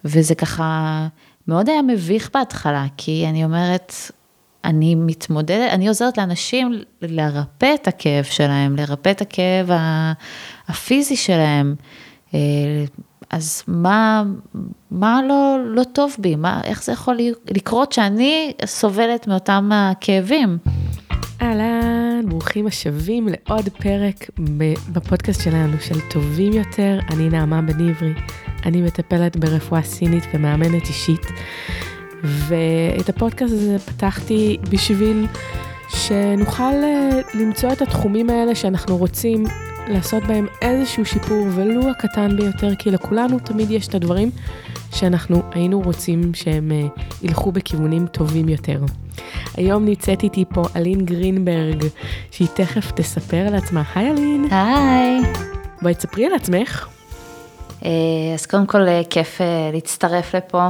וזה ככה מאוד היה מביך בהתחלה, כי אני אומרת, אני מתמודדת, אני עוזרת לאנשים לרפא את הכאב שלהם, לרפא את הכאב הפיזי שלהם, אז מה לא טוב בי? איך זה יכול לקרות שאני סובלת מאותם הכאבים? אהלן, ברוכים השבים לעוד פרק בפודקאסט שלנו של טובים יותר. אני נעמה בן עברי, אני מטפלת ברפואה סינית ומאמנת אישית, ואת הפודקאסט הזה פתחתי בשביל שנוכל למצוא את התחומים האלה שאנחנו רוצים לעשות בהם איזשהו שיפור, ולו הקטן ביותר, כי לכולנו תמיד יש את הדברים שאנחנו היינו רוצים שהם ילכו בכיוונים טובים יותר. היום נמצאת איתי פה אלין גרינברג, שהיא תכף תספר על עצמה. היי אלין. היי. בואי תספרי על עצמך. אז קודם כל כיף להצטרף לפה.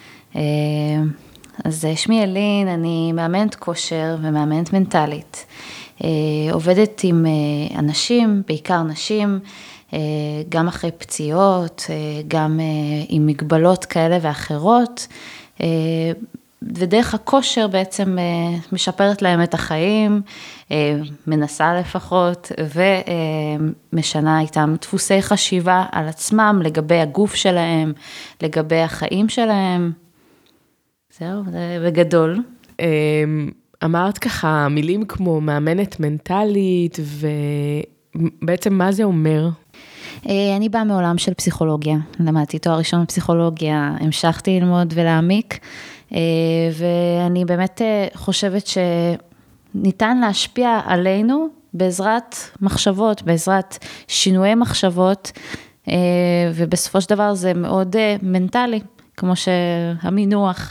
אז שמי אלין, אני מאמנת כושר ומאמנת מנטלית. עובדת עם אנשים, בעיקר נשים, גם אחרי פציעות, גם עם מגבלות כאלה ואחרות, ודרך הכושר בעצם משפרת להם את החיים, מנסה לפחות, ומשנה איתם דפוסי חשיבה על עצמם, לגבי הגוף שלהם, לגבי החיים שלהם. זהו, זה בגדול. אמרת ככה מילים כמו מאמנת מנטלית, ובעצם מה זה אומר? אני באה מעולם של פסיכולוגיה, למדתי תואר ראשון בפסיכולוגיה, המשכתי ללמוד ולהעמיק, ואני באמת חושבת שניתן להשפיע עלינו בעזרת מחשבות, בעזרת שינויי מחשבות, ובסופו של דבר זה מאוד מנטלי, כמו שהמינוח,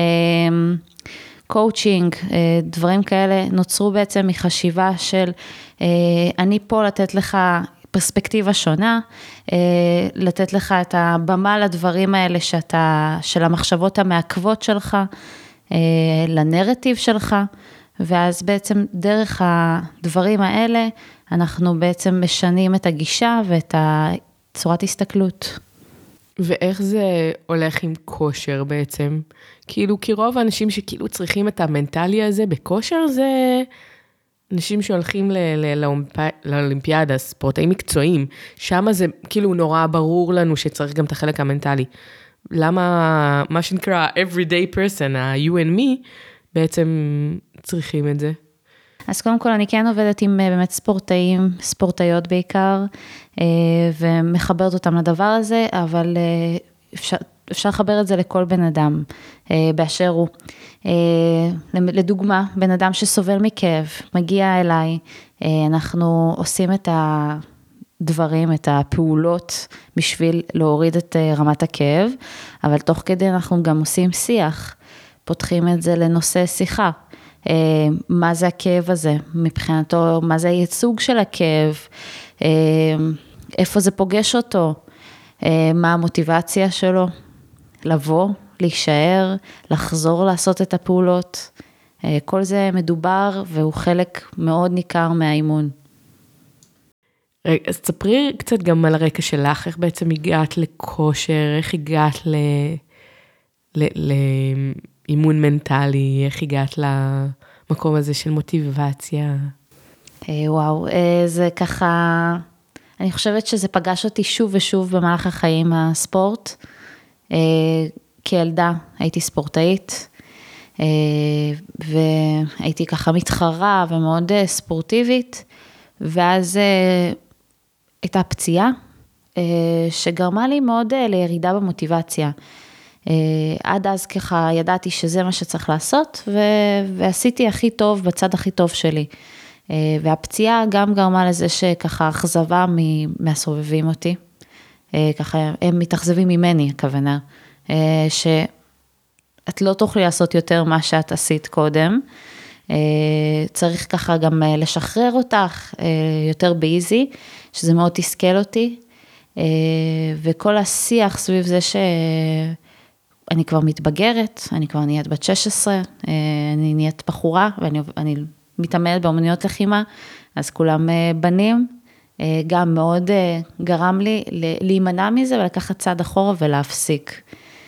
קואוצ'ינג, דברים כאלה נוצרו בעצם מחשיבה של אני פה לתת לך פרספקטיבה שונה, לתת לך את הבמה לדברים האלה של המחשבות המעכבות שלך, לנרטיב שלך, ואז בעצם דרך הדברים האלה אנחנו בעצם משנים את הגישה ואת צורת הסתכלות. ואיך זה הולך עם כושר בעצם? כאילו, כי רוב האנשים שכאילו צריכים את המנטלי הזה בכושר, זה אנשים שהולכים לאולימפיאדה, ספורטאים מקצועיים, שם זה כאילו נורא ברור לנו שצריך גם את החלק המנטלי. למה, מה שנקרא everyday person, ה-you and me, בעצם צריכים את זה? אז קודם כל אני כן עובדת עם באמת ספורטאים, ספורטאיות בעיקר, ומחברת אותם לדבר הזה, אבל אפשר לחבר את זה לכל בן אדם באשר הוא. לדוגמה, בן אדם שסובל מכאב, מגיע אליי, אנחנו עושים את הדברים, את הפעולות, בשביל להוריד את רמת הכאב, אבל תוך כדי אנחנו גם עושים שיח, פותחים את זה לנושא שיחה, מה זה הכאב הזה, מבחינתו, מה זה הייצוג של הכאב, איפה זה פוגש אותו, מה המוטיבציה שלו, לבוא, להישאר, לחזור לעשות את הפעולות, כל זה מדובר והוא חלק מאוד ניכר מהאימון. אז תספרי קצת גם על הרקע שלך, איך בעצם הגעת לכושר, איך הגעת לאימון מנטלי, איך הגעת למקום הזה של מוטיבציה? וואו, זה ככה, אני חושבת שזה פגש אותי שוב ושוב במהלך החיים הספורט. כילדה הייתי ספורטאית, והייתי ככה מתחרה ומאוד ספורטיבית, ואז הייתה פציעה, שגרמה לי מאוד לירידה במוטיבציה. עד אז ככה ידעתי שזה מה שצריך לעשות, ועשיתי הכי טוב בצד הכי טוב שלי. והפציעה גם גרמה לזה שככה אכזבה מהסובבים אותי, ככה הם מתאכזבים ממני, הכוונה, שאת לא תוכלי לעשות יותר מה שאת עשית קודם, צריך ככה גם לשחרר אותך יותר באיזי, שזה מאוד תסכל אותי, וכל השיח סביב זה שאני כבר מתבגרת, אני כבר נהיית בת 16, אני נהיית בחורה, ואני מתעמלת באמנויות לחימה, אז כולם בנים, גם מאוד גרם לי להימנע מזה, ולקחת צעד אחורה ולהפסיק.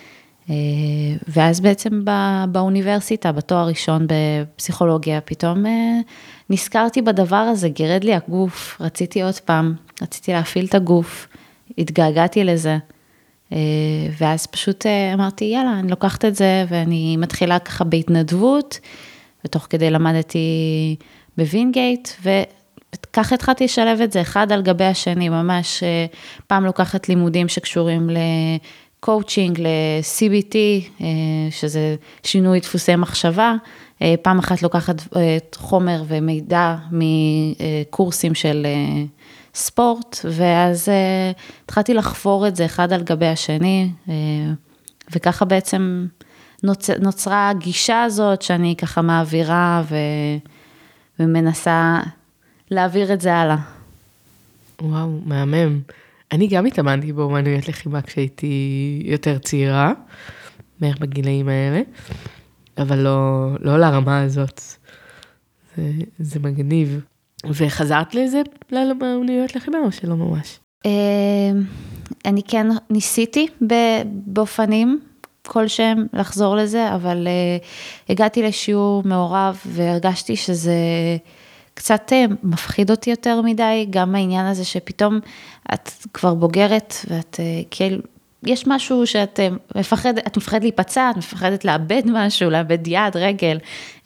ואז בעצם באוניברסיטה, בתואר ראשון בפסיכולוגיה, פתאום נזכרתי בדבר הזה, גירד לי הגוף, רציתי עוד פעם, רציתי להפעיל את הגוף, התגעגעתי לזה, ואז פשוט אמרתי, יאללה, אני לוקחת את זה, ואני מתחילה ככה בהתנדבות, ותוך כדי למדתי בווינגייט, וככה התחלתי לשלב את זה, אחד על גבי השני, ממש פעם לוקחת לימודים שקשורים קואוצ'ינג, ל-CBT, שזה שינוי דפוסי מחשבה, פעם אחת לוקחת חומר ומידע מקורסים של ספורט, ואז התחלתי לחפור את זה אחד על גבי השני, וככה בעצם נוצרה הגישה הזאת, שאני ככה מעבירה ומנסה להעביר את זה הלאה. וואו, מהמם. אני גם התאמנתי באומנויות לחימה כשהייתי יותר צעירה, בערך בגילאים האלה, אבל לא לרמה הזאת. זה מגניב. וחזרת לזה לאומנויות לחימה או שלא ממש? אני כן ניסיתי באופנים כלשהם לחזור לזה, אבל הגעתי לשיעור מעורב והרגשתי שזה קצת מפחיד אותי יותר מדי, גם העניין הזה שפתאום את כבר בוגרת, ואת כאילו, יש משהו שאת מפחדת להיפצע, את מפחדת לאבד משהו, לאבד יד, רגל,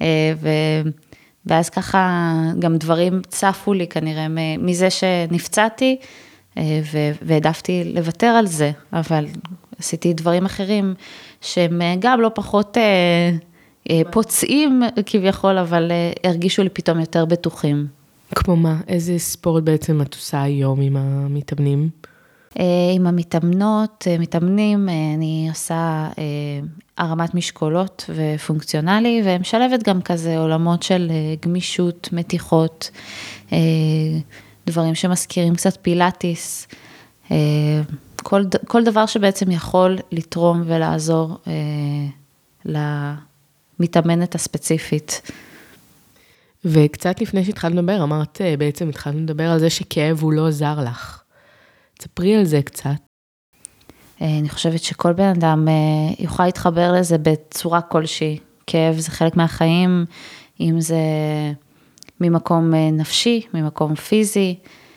ואז ככה גם דברים צפו לי כנראה, מזה שנפצעתי, והעדפתי לוותר על זה, אבל עשיתי דברים אחרים, שהם גם לא פחות פוצעים כביכול, אבל הרגישו לי פתאום יותר בטוחים. כמו מה? איזה ספורט בעצם את עושה היום עם המתאמנים? עם מתאמנים, אני עושה הרמת משקולות ופונקציונלי, ומשלבת גם כזה עולמות של גמישות, מתיחות, דברים שמזכירים קצת פילאטיס, כל דבר שבעצם יכול לתרום ולעזור למתאמנת הספציפית. וקצת לפני שהתחלנו לדבר, אמרת בעצם התחלנו לדבר על זה שכאב הוא לא עזר לך. תספרי על זה קצת. אני חושבת שכל בן אדם יוכל להתחבר לזה בצורה כלשהי. כאב זה חלק מהחיים, אם זה ממקום נפשי, ממקום פיזי,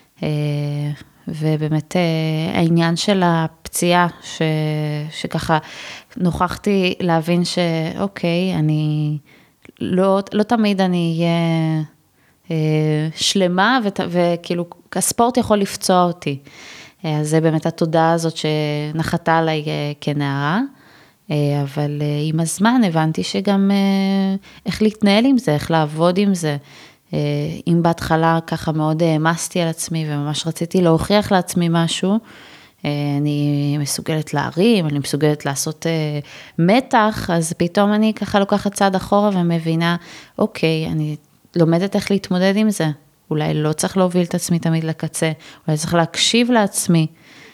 ובאמת העניין של הפציעה, שככה נוכחתי להבין שאוקיי, אני לא תמיד אני אהיה שלמה, וכאילו הספורט יכול לפצוע אותי. אז זה באמת התודעה הזאת שנחתה עליי כנערה, אבל עם הזמן הבנתי שגם איך להתנהל עם זה, איך לעבוד עם זה. אם בהתחלה ככה מאוד העמסתי על עצמי, וממש רציתי להוכיח לעצמי משהו, אני מסוגלת להרים, אני מסוגלת לעשות מתח, אז פתאום אני ככה לוקחת צעד אחורה ומבינה, אוקיי, אני לומדת איך להתמודד עם זה. אולי לא צריך להוביל את עצמי תמיד לקצה, אולי צריך להקשיב לעצמי,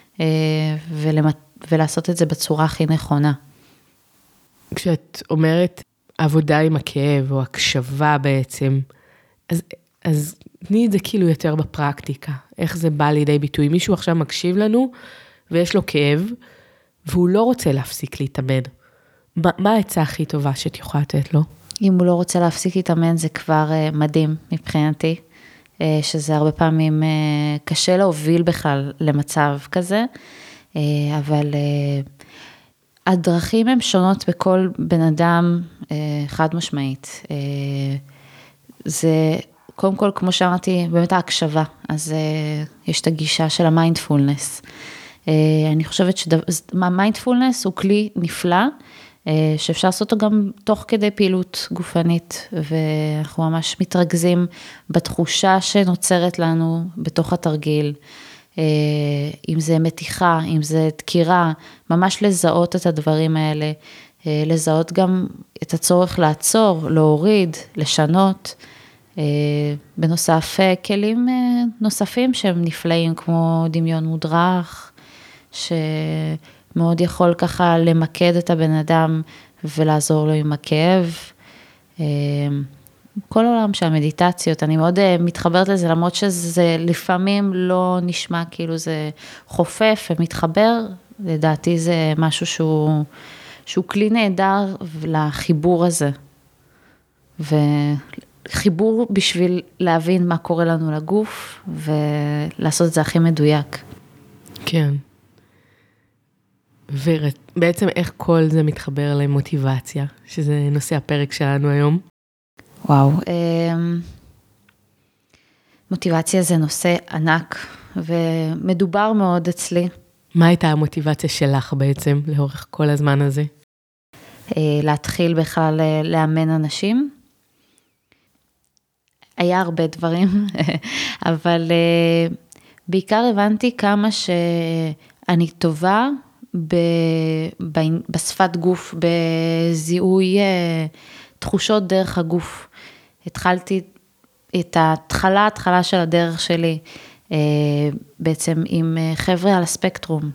ולעשות את זה בצורה הכי נכונה. כשאת אומרת עבודה עם הכאב, או הקשבה בעצם, אז תני את זה כאילו יותר בפרקטיקה, איך זה בא לידי ביטוי. מישהו עכשיו מקשיב לנו, ויש לו כאב, והוא לא רוצה להפסיק להתאמן. מה העצה הכי טובה שאת יכולה לתת לו? אם הוא לא רוצה להפסיק להתאמן, זה כבר מדהים מבחינתי, שזה הרבה פעמים קשה להוביל בכלל למצב כזה, אבל הדרכים הן שונות בכל בן אדם חד משמעית. זה קודם כל, כמו שאמרתי, באמת ההקשבה, אז יש את הגישה של המיינדפולנס. אני חושבת שהמיינדפולנס הוא כלי נפלא, שאפשר לעשות אותו גם תוך כדי פעילות גופנית, ואנחנו ממש מתרכזים בתחושה שנוצרת לנו בתוך התרגיל, אם זה מתיחה, אם זה דקירה, ממש לזהות את הדברים האלה, לזהות גם את הצורך לעצור, להוריד, לשנות, בנוסף כלים נוספים שהם נפלאים, כמו דמיון מודרך, שמאוד יכול ככה למקד את הבן אדם ולעזור לו עם הכאב. כל עולם של המדיטציות, אני מאוד מתחברת לזה, למרות שזה לפעמים לא נשמע כאילו זה חופף ומתחבר, לדעתי זה משהו שהוא כלי נהדר לחיבור הזה. וחיבור בשביל להבין מה קורה לנו לגוף, ולעשות את זה הכי מדויק. כן. ובעצם איך כל זה מתחבר למוטיבציה, שזה נושא הפרק שלנו היום? וואו, מוטיבציה זה נושא ענק, ומדובר מאוד אצלי. מה הייתה המוטיבציה שלך בעצם, לאורך כל הזמן הזה? להתחיל בכלל לאמן אנשים. היה הרבה דברים, אבל בעיקר הבנתי כמה שאני טובה בשפת גוף, בזיהוי תחושות דרך הגוף. התחלתי את ההתחלה של הדרך שלי, בעצם עם חבר'ה על הספקטרום.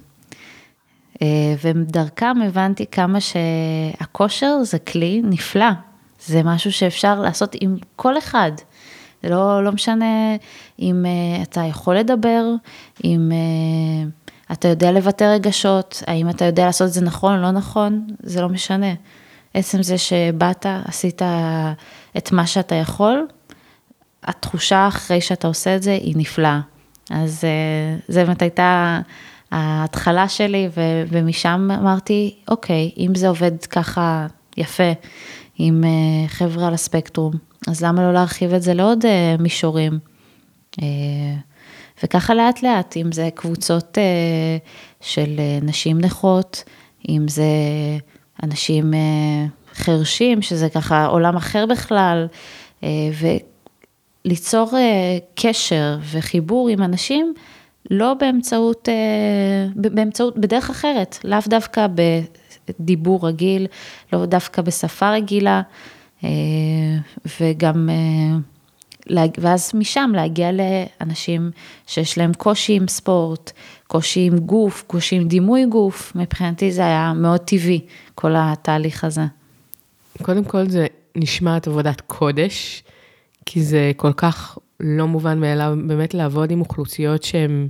ודרכם הבנתי כמה שהכושר זה כלי נפלא. זה משהו שאפשר לעשות עם כל אחד. זה לא משנה אם אתה יכול לדבר, אם אתה יודע לבטא רגשות, האם אתה יודע לעשות את זה נכון או לא נכון, זה לא משנה. עצם זה שבאת, עשית את מה שאתה יכול, התחושה אחרי שאתה עושה את זה היא נפלאה. אז זה באמת הייתה ההתחלה שלי, ומשם אמרתי, אוקיי, אם זה עובד ככה יפה, עם חבר'ה על הספקטרום, אז למה לא להרחיב את זה לעוד מישורים? וככה לאט לאט, אם זה קבוצות של נשים נכות, אם זה אנשים חרשים, שזה ככה עולם אחר בכלל, וליצור קשר וחיבור עם אנשים, לא באמצעות, בדרך אחרת, לאו דווקא בדיבור רגיל, לא דווקא בשפה רגילה, וגם, ואז משם להגיע לאנשים שיש להם קושי עם ספורט, קושי עם גוף, קושי עם דימוי גוף, מבחינתי זה היה מאוד טבעי, כל התהליך הזה. קודם כל זה נשמעת עבודת קודש, כי זה כל כך לא מובן מאליו, באמת לעבוד עם אוכלוסיות שהן,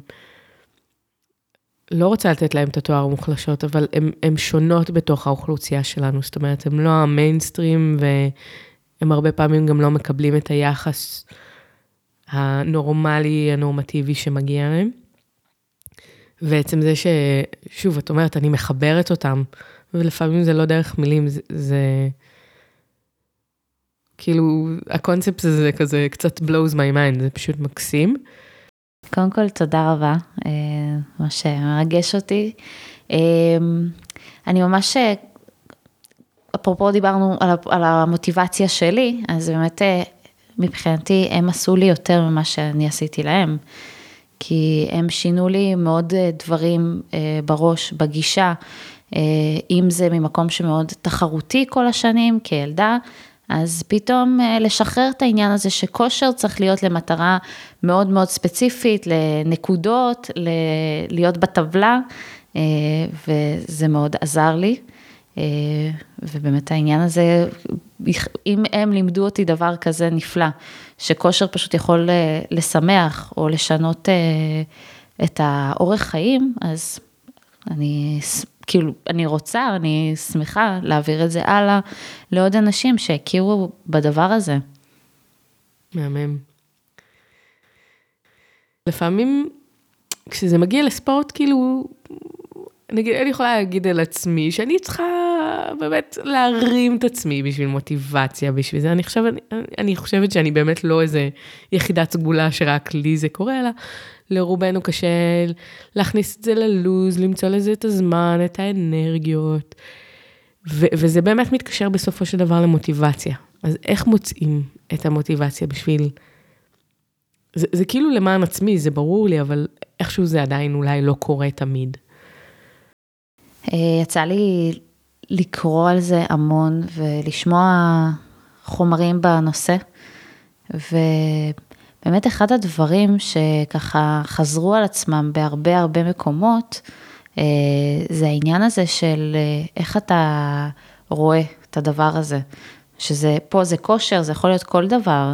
לא רוצה לתת להם את התואר המוחלשות, אבל הן שונות בתוך האוכלוסייה שלנו, זאת אומרת, הן לא המיינסטרים, והם הרבה פעמים גם לא מקבלים את היחס הנורמלי, הנורמטיבי שמגיע להם. ועצם זה שוב, את אומרת, אני מחברת אותם, ולפעמים זה לא דרך מילים, זה כאילו, הקונספט הזה כזה קצת blows my mind, זה פשוט מקסים. קודם כל, תודה רבה, מה שמרגש אותי. אני ממש, אפרופו דיברנו על המוטיבציה שלי, אז באמת מבחינתי הם עשו לי יותר ממה שאני עשיתי להם, כי הם שינו לי מאוד דברים בראש, בגישה, אם זה ממקום שמאוד תחרותי כל השנים כילדה, אז פתאום לשחרר את העניין הזה שכושר צריך להיות למטרה מאוד מאוד ספציפית, לנקודות, להיות בטבלה, וזה מאוד עזר לי, ובאמת העניין הזה, אם הם לימדו אותי דבר כזה נפלא, שכושר פשוט יכול לשמח או לשנות את האורח חיים, אז אני רוצה, אני שמחה להעביר את זה הלאה לעוד אנשים שהכירו בדבר הזה. מהמם. לפעמים, כשזה מגיע לספורט, כאילו, אני יכולה להגיד על עצמי, שאני צריכה באמת להרים את עצמי בשביל מוטיבציה, בשביל זה. אני חושבת שאני באמת לא איזה יחידת סגולה שרק לי זה קורה, אלא לרובנו קשה להכניס את זה ללוז, למצוא לזה את הזמן, את האנרגיות, וזה באמת מתקשר בסופו של דבר למוטיבציה. אז איך מוצאים את המוטיבציה בשביל, זה כאילו למען עצמי, זה ברור לי, אבל איכשהו זה עדיין אולי לא קורה תמיד. יצא לי לקרוא על זה המון, ולשמוע חומרים בנושא, באמת אחד הדברים שככה חזרו על עצמם בהרבה הרבה מקומות, זה העניין הזה של איך אתה רואה את הדבר הזה, שזה פה זה כושר, זה יכול להיות כל דבר,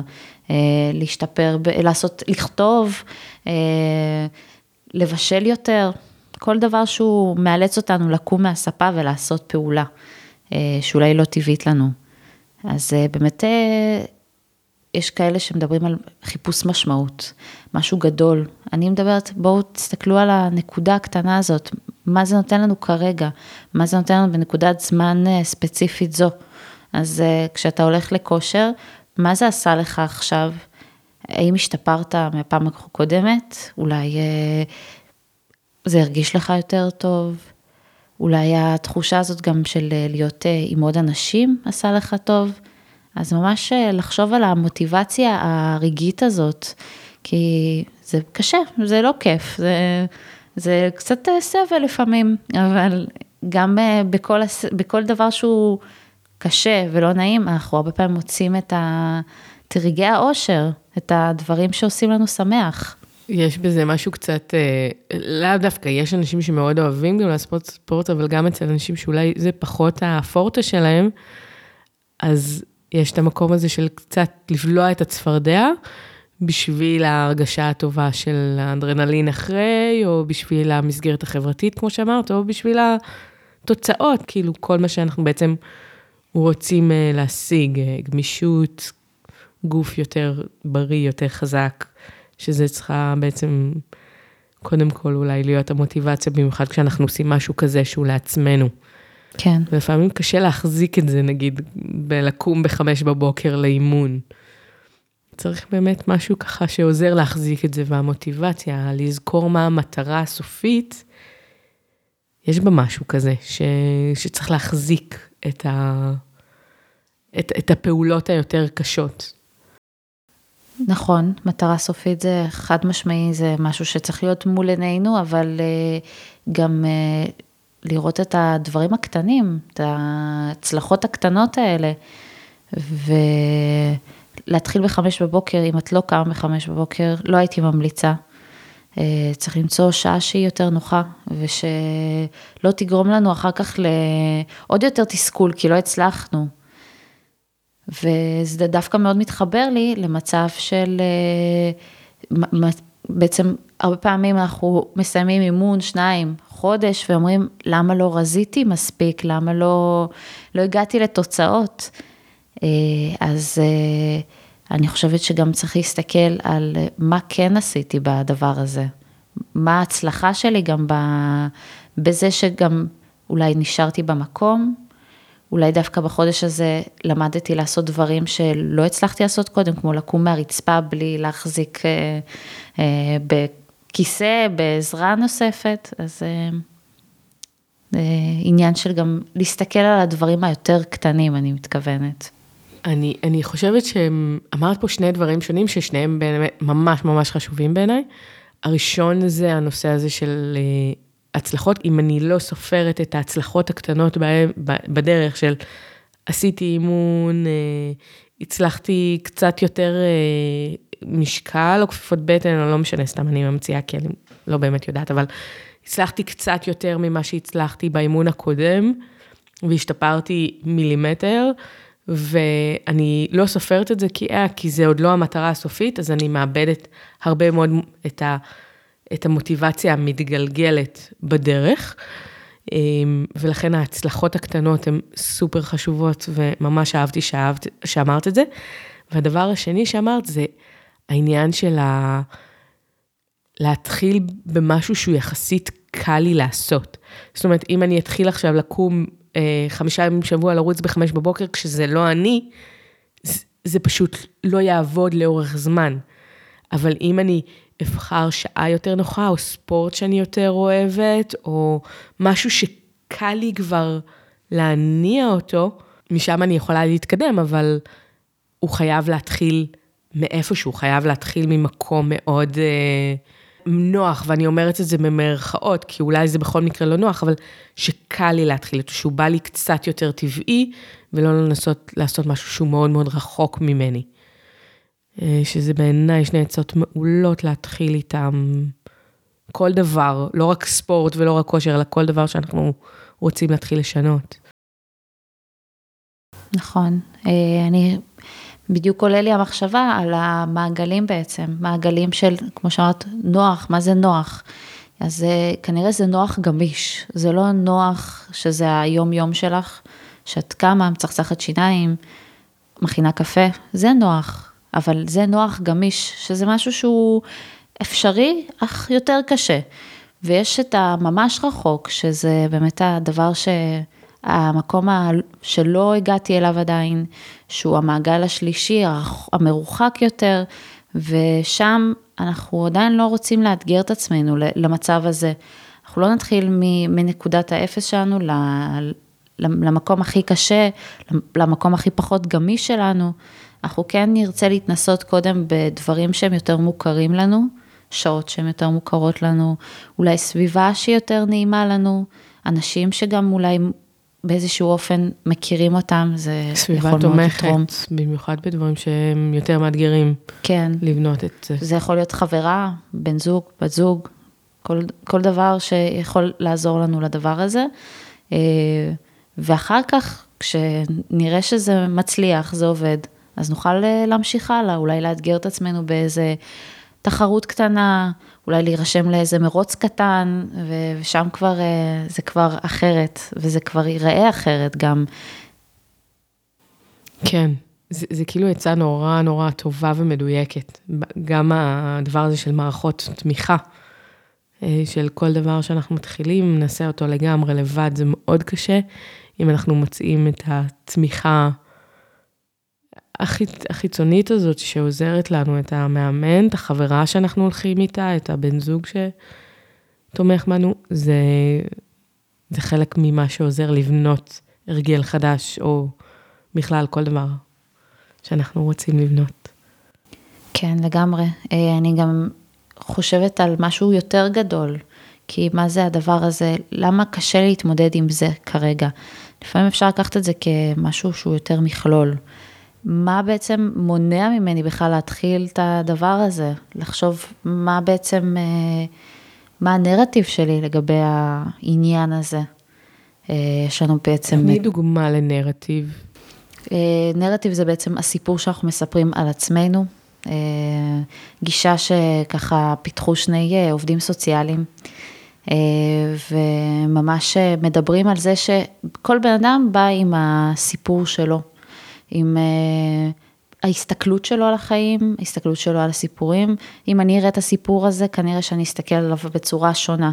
להשתפר, לכתוב, לבשל יותר, כל דבר שהוא מאלץ אותנו לקום מהספה ולעשות פעולה, שאולי לא טבעית לנו. אז באמת יש כאלה שמדברים על חיפוש משמעות, משהו גדול. אני מדברת, בואו תסתכלו על הנקודה הקטנה הזאת, מה זה נותן לנו כרגע, מה זה נותן לנו בנקודת זמן ספציפית זו. אז כשאתה הולך לכושר, מה זה עשה לך עכשיו? האם השתפרת מהפעם הקודמת? אולי זה הרגיש לך יותר טוב? אולי התחושה הזאת גם של להיות עם עוד אנשים עשה לך טוב? אז ממש לחשוב על המוטיבציה הרגעית הזאת, כי זה קשה, זה לא כיף, זה קצת סבל לפעמים, אבל גם בכל דבר שהוא קשה ולא נעים, אנחנו הרבה פעמים מוצאים את רגעי האושר, את הדברים שעושים לנו שמח. יש בזה משהו קצת, לאו דווקא, יש אנשים שמאוד אוהבים גם לעשות ספורט, אבל גם אצל אנשים שאולי זה פחות הפורטה שלהם, אז יש את המקום הזה של קצת לבלוע את הצפרדע, בשביל ההרגשה הטובה של האדרנלין אחרי, או בשביל המסגרת החברתית, כמו שאמרת, או בשביל התוצאות, כאילו כל מה שאנחנו בעצם רוצים להשיג, גמישות, גוף יותר בריא, יותר חזק, שזה צריכה בעצם, קודם כל אולי להיות המוטיבציה, במיוחד כשאנחנו עושים משהו כזה שהוא לעצמנו. כן. ולפעמים קשה להחזיק את זה, נגיד, בלקום ב5:00 לאימון. צריך באמת משהו ככה שעוזר להחזיק את זה, והמוטיבציה, לזכור מה המטרה הסופית, יש בה משהו כזה, שצריך להחזיק את הפעולות היותר קשות. נכון, מטרה סופית זה חד משמעי, זה משהו שצריך להיות מול עינינו, אבל גם לראות את הדברים הקטנים, את ההצלחות הקטנות האלה, ולהתחיל ב5:00, אם את לא קמה ב5:00, לא הייתי ממליצה. צריך למצוא שעה שהיא יותר נוחה, ושלא תגרום לנו אחר כך לעוד יותר תסכול, כי לא הצלחנו. וזה דווקא מאוד מתחבר לי למצב של, בעצם הרבה פעמים אנחנו מסיימים אימון 2 חודש, ואומרים למה לא רזיתי מספיק, למה לא הגעתי לתוצאות. אז אני חושבת שגם צריך להסתכל על מה כן עשיתי בדבר הזה, מה ההצלחה שלי גם בזה שגם אולי נשארתי במקום, אולי דווקא בחודש הזה למדתי לעשות דברים שלא הצלחתי לעשות קודם, כמו לקום מהרצפה בלי להחזיק בכיסא, בעזרה נוספת, אז עניין של גם להסתכל על הדברים היותר קטנים, אני מתכוונת. אני חושבת שאמרת פה 2 דברים שונים, ששניהם ממש ממש חשובים בעיניי. הראשון זה הנושא הזה של הצלחות, אם אני לא סופרת את ההצלחות הקטנות בדרך של עשיתי אימון, הצלחתי קצת יותר משקל או כפיפות בטן, או לא משנה, סתם אני ממציאה, כי אני לא באמת יודעת, אבל הצלחתי קצת יותר ממה שהצלחתי באימון הקודם, והשתפרתי מילימטר, ואני לא סופרת את זה כי זה עוד לא המטרה הסופית, אז אני מאבדת הרבה מאוד את המוטיבציה המתגלגלת בדרך, ולכן ההצלחות הקטנות הן סופר חשובות, וממש אהבתי שאמרת את זה. והדבר השני שאמרת זה העניין של להתחיל במשהו שהוא יחסית קל לי לעשות. זאת אומרת, אם אני אתחיל עכשיו לקום 5 ימים בשבוע לרוץ ב5:00, כשזה לא אני, זה פשוט לא יעבוד לאורך זמן. אבל אם אני אבחר שעה יותר נוחה, או ספורט שאני יותר אוהבת, או משהו שקל לי כבר להניע אותו, משם אני יכולה להתקדם, אבל הוא חייב להתחיל מאיפשהו, הוא חייב להתחיל ממקום מאוד נוח, ואני אומרת את זה במרכאות, כי אולי זה בכל מקרה לא נוח, אבל שקל לי להתחיל אותו, שהוא בא לי קצת יותר טבעי, ולא לנסות לעשות משהו שהוא מאוד מאוד רחוק ממני. שזה בעיניי 2 עצות מעולות להתחיל איתם כל דבר, לא רק ספורט ולא רק כושר, אלא כל דבר שאנחנו רוצים להתחיל לשנות. נכון, אני בדיוק עולה לי המחשבה על המעגלים בעצם, מעגלים של, כמו שאמרת, נוח, מה זה נוח? אז כנראה זה נוח גמיש, זה לא נוח שזה היום יום שלך, שאת קמה, מצחצחת שיניים, מכינה קפה, זה נוח, אבל זה נוח גמיש, שזה משהו שהוא אפשרי, אך יותר קשה. ויש את הממש רחוק, שזה באמת הדבר המקום שלא הגעתי אליו עדיין, שהוא המעגל השלישי, המרוחק יותר, ושם אנחנו עדיין לא רוצים לאתגר את עצמנו למצב הזה. אנחנו לא נתחיל מנקודת האפס שלנו למקום הכי קשה, למקום הכי פחות גמיש שלנו. אנחנו כן נרצה להתנסות קודם בדברים שהם יותר מוכרים לנו, שעות שהן יותר מוכרות לנו, אולי סביבה שהיא יותר נעימה לנו, אנשים שגם אולי באיזשהו אופן מכירים אותם, זה יכול מאוד לתרום. סביבה תומכת, במיוחד בדברים שהם יותר מאתגרים. כן. לבנות את זה. זה יכול להיות חברה, בן זוג, בת זוג, כל דבר שיכול לעזור לנו לדבר הזה. ואחר כך, כשנראה שזה מצליח, זה עובד, אז נוכל להמשיך הלאה, אולי לאתגר את עצמנו באיזה תחרות קטנה, אולי להירשם לאיזה מרוץ קטן, ושם כבר, זה כבר אחרת, וזה כבר ייראה אחרת גם. כן, זה כאילו יצא נורא נורא טובה ומדויקת. גם הדבר הזה של מערכות תמיכה, של כל דבר שאנחנו מתחילים, נעשה אותו לגמרי לבד, זה מאוד קשה, אם אנחנו מוצאים את התמיכה החיצונית הזאת שעוזרת לנו, את המאמן, את החברה שאנחנו הולכים איתה, את הבן זוג שתומך בנו, זה חלק ממה שעוזר לבנות הרגל חדש, או בכלל כל דבר שאנחנו רוצים לבנות. כן, לגמרי. אני גם חושבת על משהו יותר גדול, כי מה זה הדבר הזה, למה קשה להתמודד עם זה כרגע? לפעמים אפשר לקחת את זה כמשהו שהוא יותר מכלול. מה בעצם מונע ממני בכלל להתחיל את הדבר הזה? לחשוב מה בעצם, מה הנרטיב שלי לגבי העניין הזה? יש לנו בעצם... תני דוגמה לנרטיב. נרטיב זה בעצם הסיפור שאנחנו מספרים על עצמנו, גישה שככה פיתחו שני עובדים סוציאליים, וממש מדברים על זה שכל בן אדם בא עם הסיפור שלו, עם ההסתכלות שלו על החיים, ההסתכלות שלו על הסיפורים. אם אני אראה את הסיפור הזה, כנראה שאני אסתכל עליו בצורה שונה.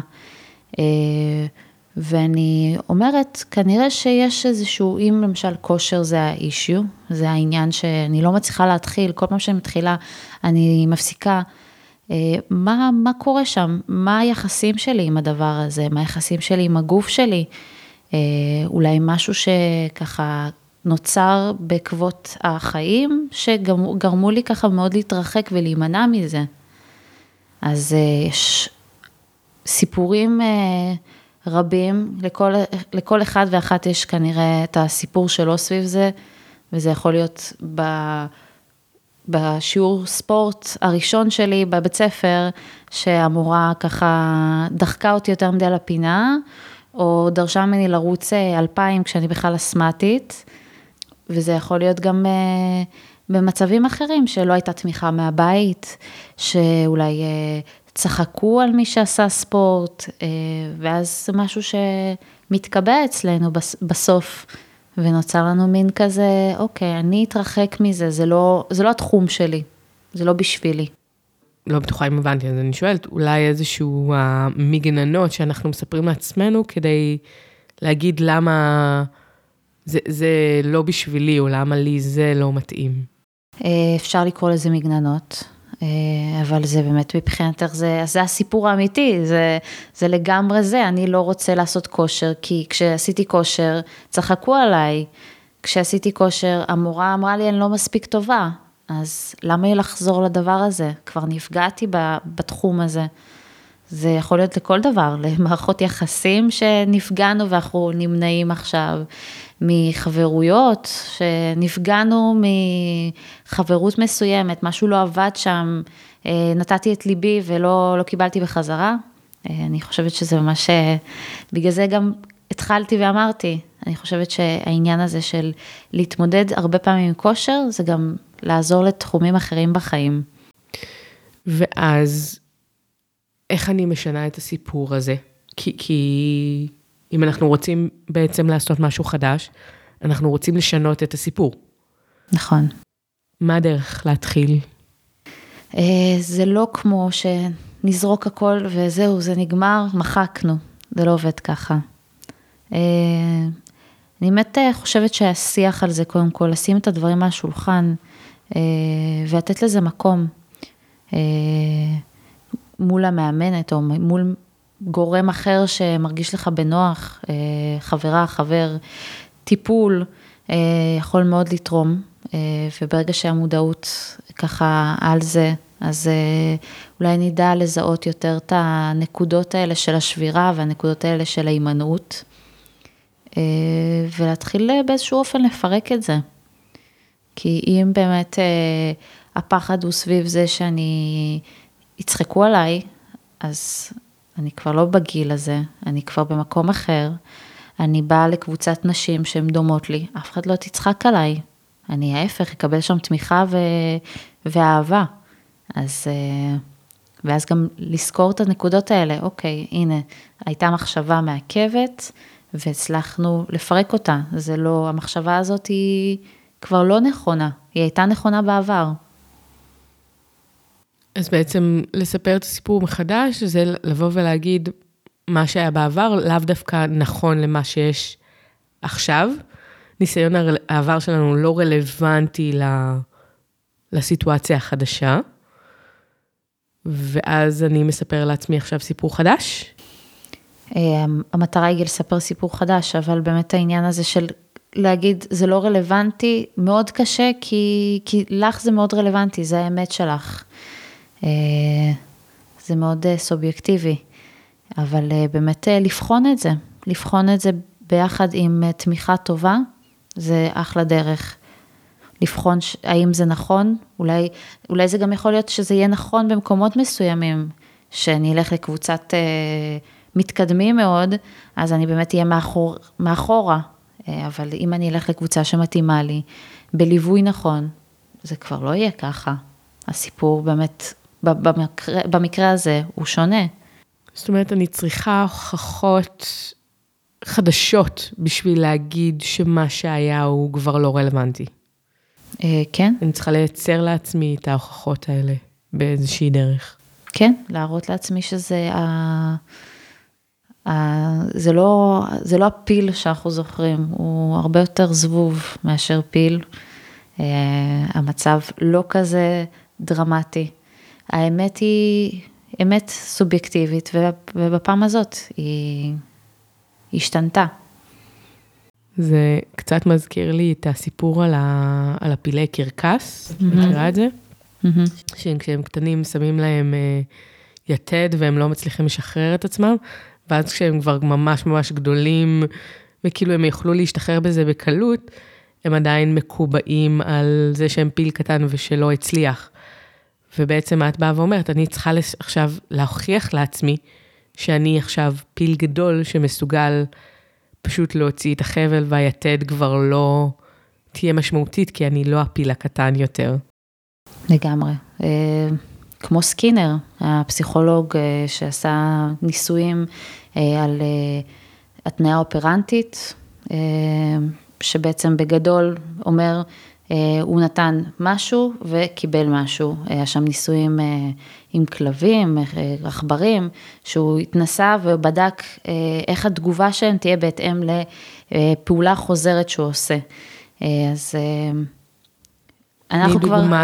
ואני אומרת, כנראה שיש איזשהו, אם למשל כושר זה האישיו, זה העניין שאני לא מצליחה להתחיל, כל פעם שאני מתחילה, אני מפסיקה, מה קורה שם? מה היחסים שלי עם הדבר הזה? מה היחסים שלי עם הגוף שלי? אולי משהו שככה נוצר בעקבות החיים, שגרמו לי ככה מאוד להתרחק ולהימנע מזה. אז יש סיפורים רבים, לכל אחד ואחת יש כנראה את הסיפור שלו סביב זה, וזה יכול להיות בשיעור ספורט הראשון שלי בבית ספר, שהמורה ככה דחקה אותי יותר מדי לפינה, או דרשה ממני לרוץ 2000 כשאני בכלל אסמטית, וזה יכול להיות גם במצבים אחרים, שלא הייתה תמיכה מהבית, שאולי צחקו על מי שעשה ספורט, ואז זה משהו שמתקבע אצלנו בסוף, ונוצר לנו מין כזה, אוקיי, אני אתרחק מזה, זה לא התחום שלי, זה לא בשבילי. לא בטוחה אם הבנתי, אז אני שואלת, אולי איזשהו מגננות שאנחנו מספרים לעצמנו, כדי להגיד למה זה לא בשבילי, או למה לי זה לא מתאים. אפשר לקרוא לזה מגננות, אבל זה באמת מבחינתך, זה הסיפור האמיתי, זה לגמרי זה, אני לא רוצה לעשות כושר, כי כשעשיתי כושר, צחקו עליי, כשעשיתי כושר, המורה אמרה לי, אני לא מספיק טובה, אז למה היא לחזור לדבר הזה? כבר נפגעתי בתחום הזה. זה יכול להיות לכל דבר, למערכות יחסים שנפגענו ואנחנו נמנעים עכשיו, מחברויות שנפגענו מחברות מסוימת, משהו לא עבד שם, נתתי את ליבי ולא קיבלתי בחזרה. אני חושבת שזה ממש, בגלל זה גם התחלתי ואמרתי, אני חושבת שהעניין הזה של להתמודד הרבה פעמים עם כושר, זה גם לעזור לתחומים אחרים בחיים. ואז איך אני משנה את הסיפור הזה? כי אם אנחנו רוצים בעצם לעשות משהו חדש, אנחנו רוצים לשנות את הסיפור. נכון. מה הדרך להתחיל? זה לא כמו שנזרוק הכל וזהו, זה נגמר, מחקנו. זה לא עובד ככה. אני באמת חושבת שהשיח על זה קודם כל, לשים את הדברים מהשולחן, ולתת לזה מקום, מול המאמנת, או מול גורם אחר שמרגיש לך בנוח, חברה, חבר, טיפול, יכול מאוד לתרום, וברגע שהמודעות ככה על זה, אז אולי נדע לזהות יותר את הנקודות האלה של השבירה, והנקודות האלה של ההימנעות, ולהתחיל באיזשהו אופן לפרק את זה. כי אם באמת הפחד הוא סביב זה שאני יצחקו עליי, אז אני כבר לא בגיל הזה, אני כבר במקום אחר, אני באה לקבוצת נשים שהן דומות לי, אף אחד לא תצחק עליי, אני ההפך, אקבל שם תמיכה ואהבה. אז, ואז גם לזכור את הנקודות האלה, אוקיי, הנה, הייתה מחשבה מעכבת, והצלחנו לפרק אותה, זה לא, המחשבה הזאת היא כבר לא נכונה, היא הייתה נכונה בעבר. אז בעצם לספר את הסיפור מחדש, זה לבוא ולהגיד מה שהיה בעבר, לאו דווקא נכון למה שיש עכשיו. ניסיון העבר שלנו לא רלוונטי לסיטואציה החדשה. ואז אני מספר לעצמי עכשיו סיפור חדש. המטרה היא לספר סיפור חדש, אבל באמת העניין הזה של להגיד, זה לא רלוונטי, מאוד קשה, כי לך זה מאוד רלוונטי, זה האמת שלך. זה מאוד סובייקטיבי, אבל באמת לבחון את זה ביחד עם תמיכה טובה, זה אחלה דרך. לבחון האם זה נכון, אולי זה גם יכול להיות שזה יהיה נכון במקומות מסוימים, שאני אלך לקבוצת מתקדמים מאוד, אז אני באמת אהיה מאחורה, אבל אם אני אלך לקבוצה שמתאימה לי, בליווי נכון, זה כבר לא יהיה ככה. הסיפור באמת, במקרה הזה, הוא שונה. זאת אומרת, אני צריכה הוכחות חדשות בשביל להגיד שמה שהיה הוא כבר לא רלוונטי. כן. אני צריכה לייצר לעצמי את ההוכחות האלה באיזושהי דרך. כן, להראות לעצמי שזה זה לא הפיל שאנחנו זוכרים, הוא הרבה יותר זבוב מאשר פיל. המצב לא כזה דרמטי. האמת היא אמת סובייקטיבית, ובפעם הזאת היא השתנתה. זה קצת מזכיר לי את הסיפור על הפילי קרקס, מכירה את זה? כשהם קטנים שמים להם יתד, והם לא מצליחים לשחרר את עצמם, ואז כשהם כבר ממש ממש גדולים, וכאילו הם יוכלו להשתחרר בזה בקלות, הם עדיין מקובעים על זה שהם פיל קטן ושלא הצליח. ובעצם את באה ואומרת, אני צריכה עכשיו להוכיח לעצמי, שאני עכשיו פיל גדול שמסוגל פשוט להוציא את החבל, והיתד כבר לא תהיה משמעותית, כי אני לא הפיל הקטן יותר. לגמרי. כמו סקינר, הפסיכולוג שעשה ניסויים על התניה אופרנטית, שבעצם בגדול אומר, הוא נתן משהו וקיבל משהו. היה שם ניסויים עם כלבים, עכברים, שהוא התנסה ובדק איך התגובה שלהם תהיה בהתאם לפעולה חוזרת שהוא עושה. אז אנחנו כבר... דוגמה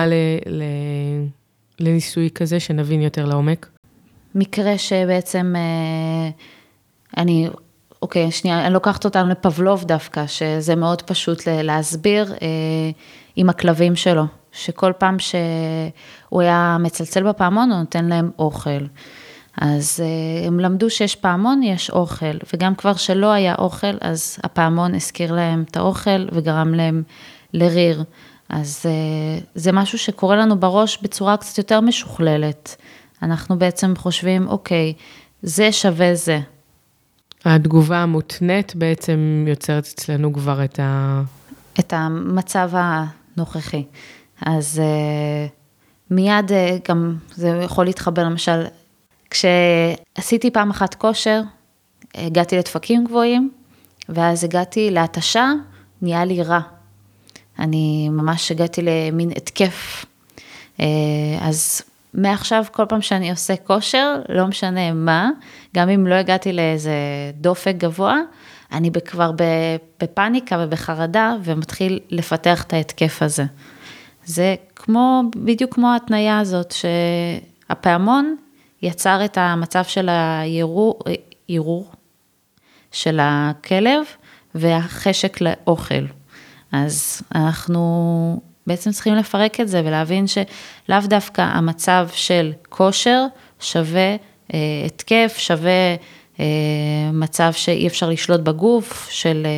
לניסוי כזה שנבין יותר לעומק? מקרה שבעצם אני לוקחת אותם לפבלוב דווקא, שזה מאוד פשוט להסביר עם הכלבים שלו, שכל פעם שהוא היה מצלצל בפעמון, הוא נותן להם אוכל. אז הם למדו שיש פעמון, יש אוכל, וגם כבר שלא היה אוכל, אז הפעמון הזכיר להם את האוכל, וגרם להם לריר. אז זה משהו שקורה לנו בראש בצורה קצת יותר משוכללת. אנחנו בעצם חושבים, אוקיי, זה שווה זה. התגובה המותנית בעצם יוצרת אצלנו כבר את המצב הנוכחי. אז מיד גם זה יכול להתחבר למשל כשעשיתי פעם אחת כושר, הגעתי לדפקים גבוהים, ואז הגעתי להתשה, נהיה לי רע. אני ממש הגעתי למין התקף. אז מעכשיו כל פעם שאני עושה כושר, לא משנה מה, גם אם לא הגעתי לאיזה דופק גבוה, אני כבר בפאניקה ובחרדה, ומתחיל לפתח את ההתקף הזה. זה בדיוק כמו ההתניה הזאת, שהפעמון יצר את המצב של העירור של הכלב, והחשק לאוכל. אז אנחנו בעצם צריכים לפרק את זה, ולהבין שלאו דווקא המצב של כושר שווה התקף, שווה מצב שאי אפשר לשלוט בגוף, של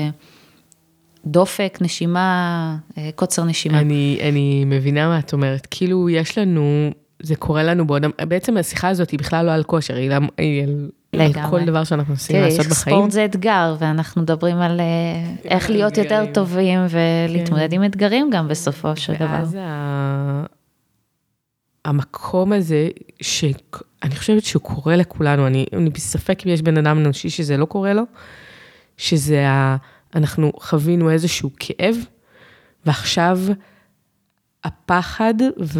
דופק, נשימה, קוצר נשימה. אני מבינה מה את אומרת, כאילו יש לנו, זה קורה לנו בעצם השיחה הזאת היא בכלל לא על כושר, היא על כל דבר שאנחנו עושים לעשות בחיים. ספורט זה אתגר, ואנחנו מדברים על איך להיות יותר טובים, ולהתמודד עם אתגרים גם בסופו של דבר. ואז המקום הזה, שאני חושבת שהוא קורה לכולנו, אני בספק אם יש בן אדם אנושי שזה לא קורה לו, שזה אנחנו חווינו איזשהו כאב, ועכשיו הפחד,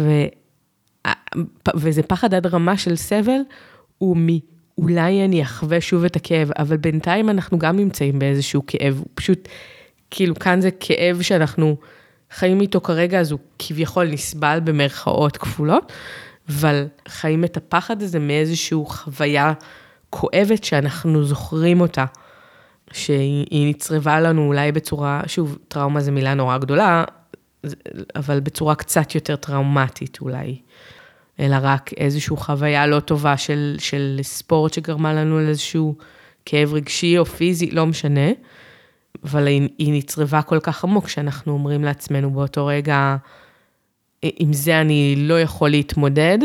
וזה פחד עד רמה של סבל, הוא אולי אני אחווה שוב את הכאב, אבל בינתיים אנחנו גם נמצאים באיזשהו כאב, הוא פשוט, כאילו כאן זה כאב שאנחנו חיים איתו כרגע, אז הוא כביכול נסבל במרכאות כפולות, אבל חיים את הפחד הזה מאיזשהו חוויה כואבת שאנחנו זוכרים אותה, שהיא נצרבה לנו אולי בצורה, שוב, טראומה זה מילה נורא גדולה, אבל בצורה קצת יותר טראומטית אולי, אלא רק איזושהי חוויה לא טובה של ספורט שגרמה לנו לאיזשהו כאב רגשי או פיזי, לא משנה, אבל היא נצרבה כל כך עמוק, שאנחנו אומרים לעצמנו באותו רגע, עם זה אני לא יכול להתמודד,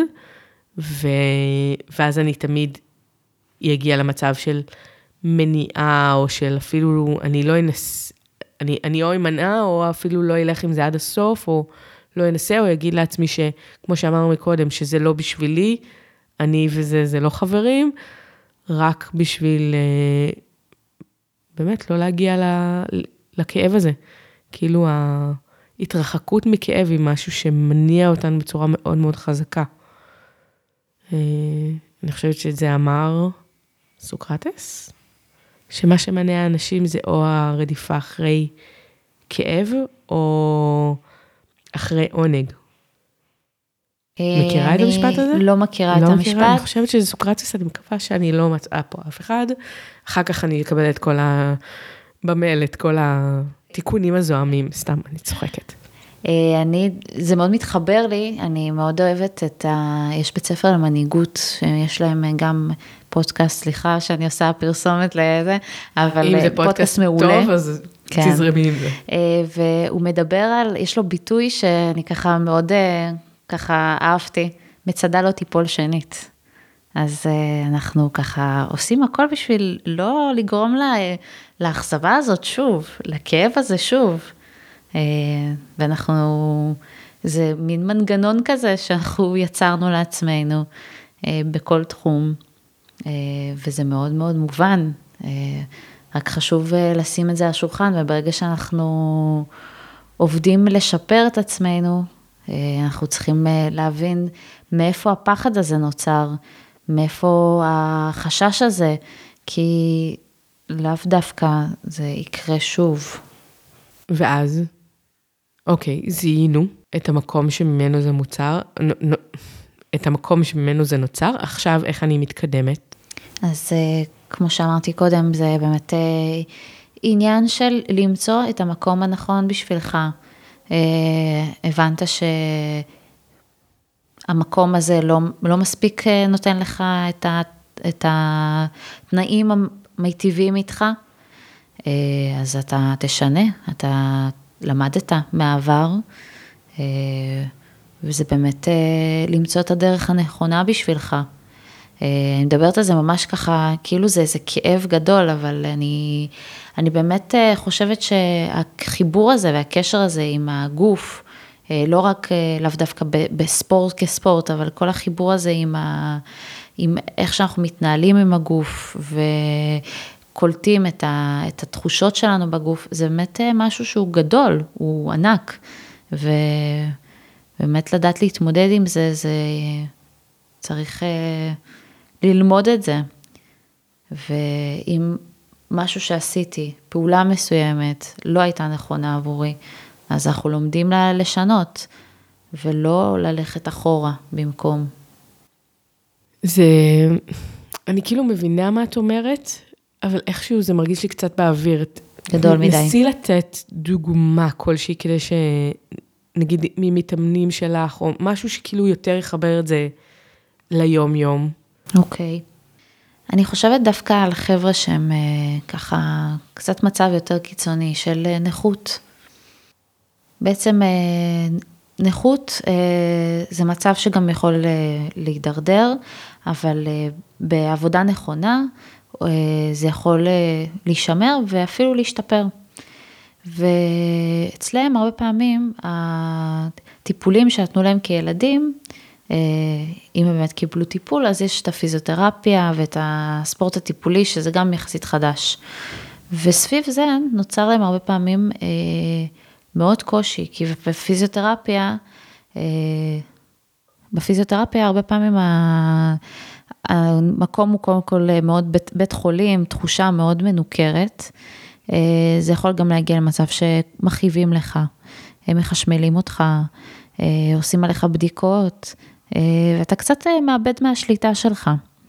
ואז אני תמיד אגיע למצב של מניעה, או של אפילו, אני לא אנסה, אני או אמנע, או אפילו לא אלך עם זה עד הסוף, או לא אנסה, או יגיד לעצמי כמו שאמרנו מקודם, שזה לא בשבילי, אני וזה לא חברים, רק בשביל באמת לא להגיע לכאב הזה. כאילו ההתרחקות מכאב היא משהו שמניע אותנו בצורה מאוד מאוד חזקה. אני חושבת שזה אמר סוקרטס, שמה שמניע אנשים זה או הרדיפה אחרי כאב, או אחרי עונג. מכירה את המשפט הזה? לא מכירה את המשפט. אני חושבת שזה סוקרטס, אני מקווה שאני לא מצאה פה אף אחד. אחר כך אני אקבל את כל במייל, את כל התיקונים הזוהמים, סתם, אני צוחקת. זה מאוד מתחבר לי, אני מאוד אוהבת יש בית ספר למנהיגות, שיש להם גם פודקאסט, סליחה שאני עושה פרסומת לזה, אבל פודקאסט מעולה. טוב, אז תזרמי עם זה. והוא מדבר יש לו ביטוי שאני ככה מאוד ככה אהבתי, מצדה לא תיפול שנית. אז אנחנו ככה עושים הכל בשביל לא לגרום לאכזבה הזאת שוב, לכאב הזה שוב. ואנחנו, זה מין מנגנון כזה שאנחנו יצרנו לעצמנו בכל תחום, וזה מאוד מאוד מובן. רק חשוב לשים את זה על השולחן, וברגע שאנחנו עובדים לשפר את עצמנו, אנחנו צריכים להבין מאיפה הפחד הזה נוצר, מאיפה החשש הזה, כי לאו דווקא זה יקרה שוב. ואז, אוקיי, זיהינו את המקום שממנו זה מוצר, את המקום שממנו זה נוצר, עכשיו איך אני מתקדמת? אז כמו שאמרתי קודם, זה באמת עניין של למצוא את המקום הנכון בשבילך. הבנת שהמקום הזה לא מספיק נותן לך את התנאים המיטיבים איתך, אז אתה תשנה, אתה למדת מהעבר, וזה באמת למצוא את הדרך הנכונה בשבילך. אני מדברת על זה ממש ככה, כאילו זה איזה כאב גדול, אבל אני באמת חושבת שהחיבור הזה והקשר הזה עם הגוף, לא רק לאו דווקא בספורט כספורט, אבל כל החיבור הזה עם איך שאנחנו מתנהלים עם הגוף, וקולטים את התחושות שלנו בגוף, זה באמת משהו שהוא גדול, הוא ענק, ובאמת לדעת להתמודד עם זה, זה צריך ללמוד את זה, ואם משהו שעשיתי, פעולה מסוימת, לא הייתה נכונה עבורי, אז אנחנו לומדים לשנות, ולא ללכת אחורה במקום. אני כאילו מבינה מה את אומרת, אבל איכשהו זה מרגיש לי קצת באוויר. גדול מדי. נסי לתת דוגמה כלשהי, כדי שנגיד ממתאמנים שלך, או משהו שכאילו יותר יחבר את זה ליום יום. אוקיי. אני חושבת דווקא על חבר'ה שהם ככה קצת מצב יותר קיצוני של נכות. בעצם נכות זה מצב שגם יכול להידרדר, אבל בעבודה נכונה זה יכול להישמר ואפילו להשתפר. ואצלם הרבה פעמים הטיפולים שנתנו להם כילדים, אם הם באמת קיבלו טיפול, אז יש את הפיזיותרפיה ואת הספורט הטיפולי, שזה גם יחסית חדש. וסביב זה נוצר להם הרבה פעמים מאוד קושי, כי בפיזיותרפיה הרבה פעמים המקום הוא קודם כל מאוד בית חולים, תחושה מאוד מנוכרת, זה יכול גם להגיע למצב שמכאיבים לך, הם מחשמלים אותך, עושים עליך בדיקות, ואתה קצת מאבד מהשליטה שלך,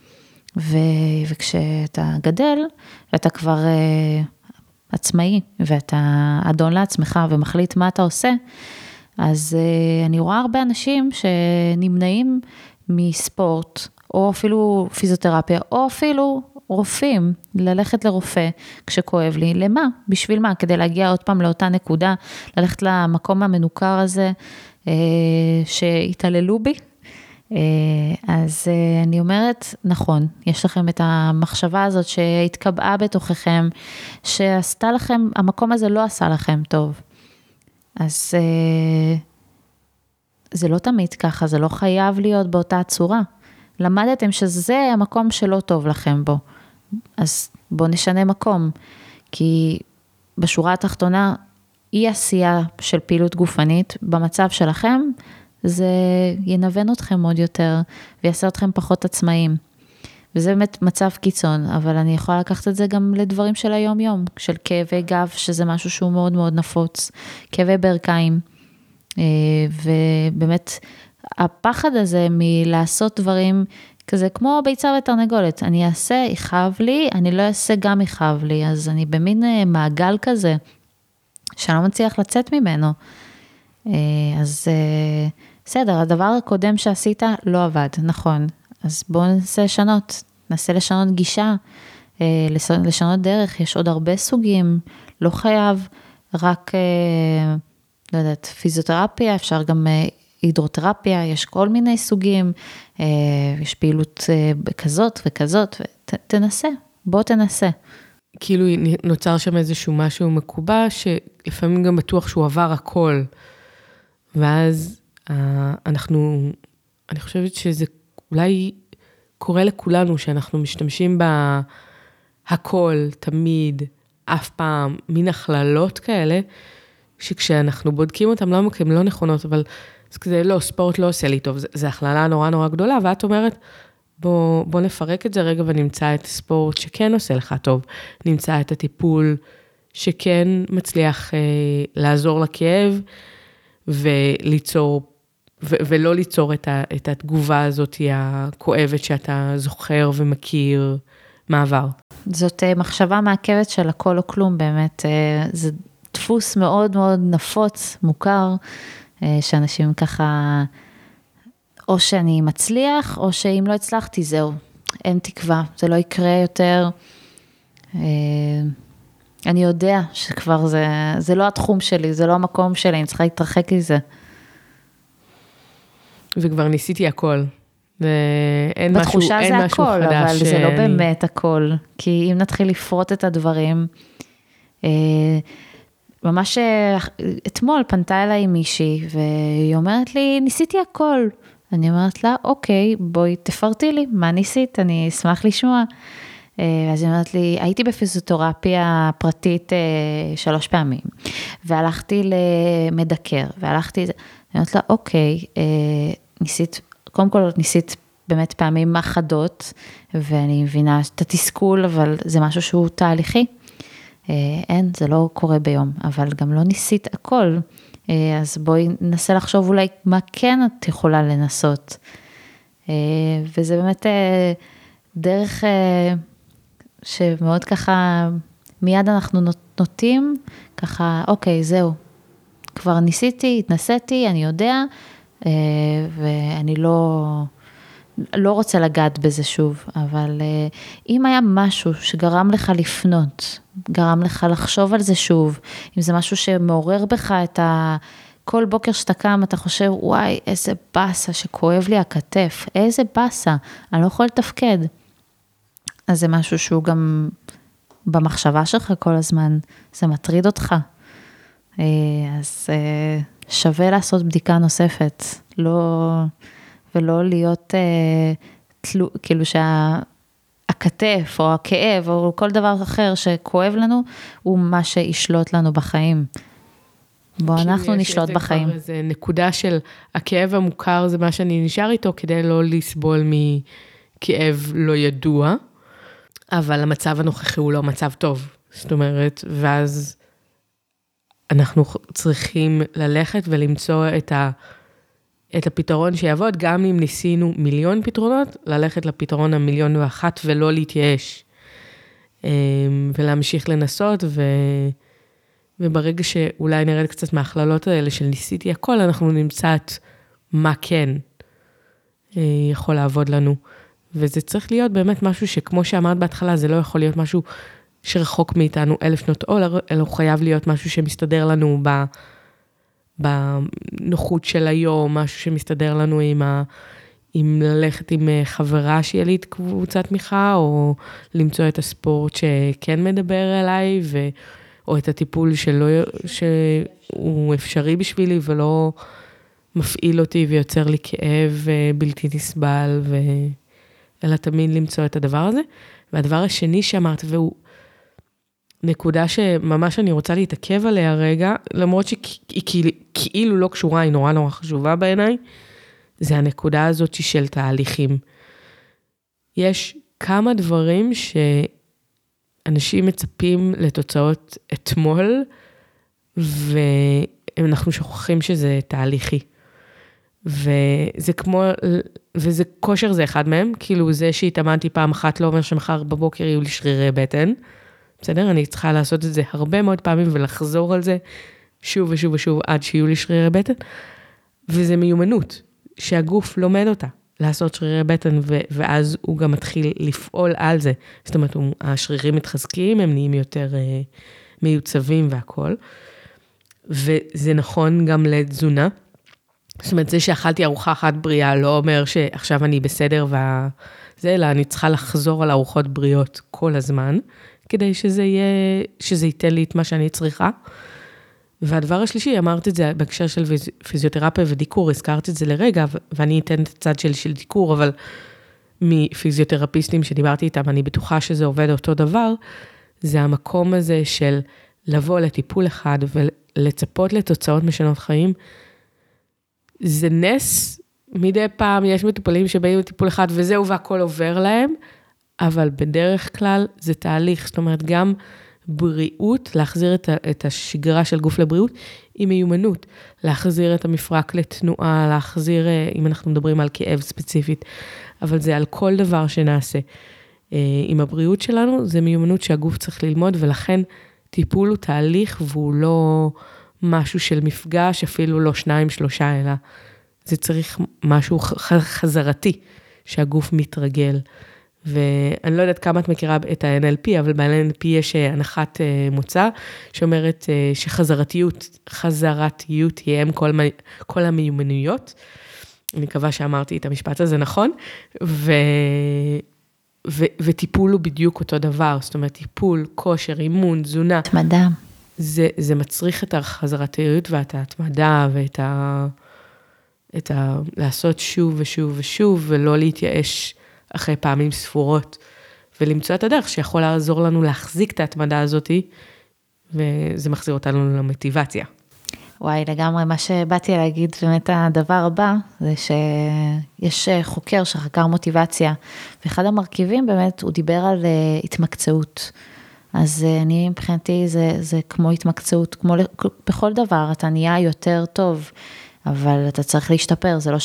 וכשאתה גדל, ואתה כבר עצמאי, ואתה אדון לעצמך ומחליט מה אתה עושה, אז אני רואה הרבה אנשים שנמנעים מספורט, או אפילו פיזיותרפיה, או אפילו רופאים, ללכת לרופא כשכואב לי, למה? בשביל מה? כדי להגיע עוד פעם לאותה נקודה, ללכת למקום המנוכר הזה, שהתעללו בי. אז אני אומרת, נכון, יש לכם את המחשבה הזאת שהתקבעה בתוככם, שעשתה לכם, המקום הזה לא עשה לכם טוב. אז זה לא תמיד ככה, זה לא חייב להיות באותה צורה. למדתם שזה המקום שלא טוב לכם בו. אז בואו נשנה מקום, כי בשורה התחתונה, אי עשייה של פעילות גופנית, במצב שלכם, זה ינוון אתכם עוד יותר, ויעשה אתכם פחות עצמאים. וזה באמת מצב קיצון, אבל אני יכולה לקחת את זה גם לדברים של היום יום, של כאבי גב, שזה משהו שהוא מאוד מאוד נפוץ, כאבי ברכיים, ובאמת הפחד הזה מלעשות דברים כזה כמו ביצה ותרנגולת, אני אעשה, יכאב לי, אני לא אעשה גם יכאב לי, אז אני במין מעגל כזה, שאני לא מצליח לצאת ממנו. אז בסדר, הדבר הקודם שעשית לא עבד, נכון, אז בואו ננסה לשנות גישה, לשנות דרך, יש עוד הרבה סוגים, לא חייב רק, לא יודעת, פיזיותרפיה, אפשר גם הידרותרפיה, יש כל מיני סוגים, יש פעילות כזאת וכזאת, תנסה, בוא תנסה. כאילו נוצר שם איזשהו משהו מקובע, שלפעמים גם בטוח שהוא עבר הכל, ואז אני חושבת שזה אולי קורה לכולנו, שאנחנו משתמשים בהכל, תמיד, אף פעם, מין הכללות כאלה, שכשאנחנו בודקים אותם, לא הם לא נכונות, אבל זה כזה, לא, ספורט לא עושה לי טוב, זה הכללה נורא נורא גדולה, ואת אומרת, בוא נפרק את זה רגע, ונמצא את הספורט שכן עושה לך טוב, נמצא את הטיפול שכן מצליח לעזור לכאב, ולא ליצור את התגובה הזאת הכואבת שאתה זוכר ומכיר מעבר. זאת מחשבה מעכבת של הכל או כלום באמת, זה דפוס מאוד מאוד נפוץ, מוכר, שאנשים ככה, או שאני מצליח, או שאם לא הצלחתי, זהו, אין תקווה, זה לא יקרה יותר. אני יודע שכבר זה לא התחום שלי, זה לא המקום שלי, אני צריכה להתרחק מזה. וכבר ניסיתי הכל. ואין משהו חדש. בתחושה זה הכל, אבל זה לא באמת הכל. כי אם נתחיל לפרוט את הדברים, ממש אתמול פנתה אליי מישהי, והיא אומרת לי, ניסיתי הכל. ואני אומרת לה, אוקיי, בואי תפרטי לי, מה ניסית? אני אשמח לשמוע. אז היא אומרת לי, הייתי בפיזיותרפיה פרטית 3 פעמים, והלכתי למדקר, אני אומרת לה, אוקיי, קודם כל ניסית באמת פעמים אחדות, ואני מבינה את התסכול, אבל זה משהו שהוא תהליכי. זה לא קורה ביום, אבל גם לא ניסית הכל, אז בואי ננסה לחשוב אולי מה כן את יכולה לנסות. וזה באמת דרך שמאוד ככה, מיד אנחנו נוטים, ככה, אוקיי, זהו, כבר ניסיתי, התנסיתי, אני יודע, ואני לא רוצה לגעת בזה שוב, אבל אם היה משהו שגרם לך לפנות, גרם לך לחשוב על זה שוב, אם זה משהו שמעורר בך כל בוקר שאתה קם, אתה חושב, וואי, איזה בסה שכואב לי הכתף, איזה בסה, אני לא יכול לתפקד. אז זה משהו שהוא גם במחשבה שלך כל הזמן, זה מטריד אותך. אז שווה לעשות בדיקה נוספת, ולא להיות, כאילו שהכתף או הכאב או כל דבר אחר שכואב לנו, הוא מה שישלוט לנו בחיים. בוא אנחנו נשלוט בחיים. זה נקודה של הכאב המוכר, זה מה שאני נשאר איתו, כדי לא לסבול מכאב לא ידוע, אבל המצב הנוכחי הוא לא מצב טוב. זאת אומרת, ואז אנחנו צריכים ללכת ולמצוא את הפתרון שיעבוד, גם אם ניסינו 1,000,000 פתרונות, ללכת לפתרון 1,000,001 ולא להתייאש, ולהמשיך לנסות, וברגע שאולי נרד קצת מההכללות האלה של ניסיתי הכל, אנחנו נמצא את מה כן יכול לעבוד לנו. וזה צריך להיות באמת משהו שכמו שאמרת בהתחלה, זה לא יכול להיות משהו שרחוק מאיתנו 1,000 שנות אור, אלא הוא חייב להיות משהו שמסתדר לנו בנוחות של היום, משהו שמסתדר לנו עם ללכת עם חברה שיהיה לי את קבוצת תמיכה, או למצוא את הספורט שכן מדבר אליי, או את הטיפול שהוא אפשרי בשבילי, ולא מפעיל אותי ויוצר לי כאב בלתי נסבל, אלא תמיד למצוא את הדבר הזה. והדבר השני שאמרת, והוא נקודה שממש אני רוצה להתעכב עליה רגע, למרות שהיא כאילו לא קשורה, היא נורא נורא חשובה בעיניי, זה הנקודה הזאת של תהליכים. יש כמה דברים שאנשים מצפים לתוצאות אתמול, ואנחנו שוכחים שזה תהליכי. וזה כושר זה אחד מהם, כאילו זה שהתאמנתי פעם אחת לא אומר שמחר בבוקר יהיו לי שרירי בטן, בסדר? אני צריכה לעשות את זה הרבה מאוד פעמים ולחזור על זה שוב ושוב ושוב עד שיהיו לי שרירי בטן, וזה מיומנות שהגוף לומד אותה, לעשות שרירי בטן, ואז הוא גם מתחיל לפעול על זה, זאת אומרת, השרירים מתחזקים, הם נהיים יותר מיוצבים והכל, וזה נכון גם לתזונה, זאת אומרת, זה שאכלתי ארוחה אחת בריאה, לא אומר שעכשיו אני בסדר וזה, אלא אני צריכה לחזור על ארוחות בריאות כל הזמן, כדי שזה ייתן לי את מה שאני צריכה. והדבר השלישי, אמרת את זה בהקשר של פיזיותרפיה ודיקור, הזכרת את זה לרגע, ואני אתן את הצד של דיקור, אבל מפיזיותרפיסטים שדיברתי איתם, אני בטוחה שזה עובד אותו דבר, זה המקום הזה של לבוא לטיפול אחד, ולצפות לתוצאות משנות חיים, זה נס, מדי פעם יש מטופלים שבאים לטיפול אחד, וזהו והכל עובר להם, אבל בדרך כלל זה תהליך, זאת אומרת, גם בריאות, להחזיר את השגרה של גוף לבריאות, היא מיומנות, להחזיר את המפרק לתנועה, להחזיר, אם אנחנו מדברים על כאב ספציפית, אבל זה על כל דבר שנעשה. עם הבריאות שלנו, זה מיומנות שהגוף צריך ללמוד, ולכן טיפול הוא תהליך, והוא לא משהו של מפגש, אפילו לא 2-3, אלא זה צריך משהו חזרתי, שהגוף מתרגל. ואני לא יודעת כמה את מכירה את ה-NLP, אבל ב-NLP יש הנחת מוצא, שאומרת שחזרתיות היא הם כל המיומנויות. אני מקווה שאמרתי את המשפט הזה נכון, וטיפול הוא בדיוק אותו דבר, זאת אומרת, טיפול, כושר, אימון, תזונה. התמדה. זה מצריך את החזרתיות ואת ההתמדה ואת לעשות שוב ושוב ושוב, ולא להתייאש אחרי פעמים ספורות, ולמצוא את הדרך שיכול לעזור לנו להחזיק את ההתמדה הזאת, וזה מחזיר אותנו למוטיבציה. וואי, לגמרי, מה שבאתי להגיד, באמת הדבר הבא, זה שיש חוקר שחקר מוטיבציה, ואחד המרכיבים באמת, הוא דיבר על התמקצעות. אז אני מבחינתי, זה כמו התמקצעות, כמו בכל דבר, אתה נהיה יותר טוב, אבל אתה צריך להשתפר, זה לא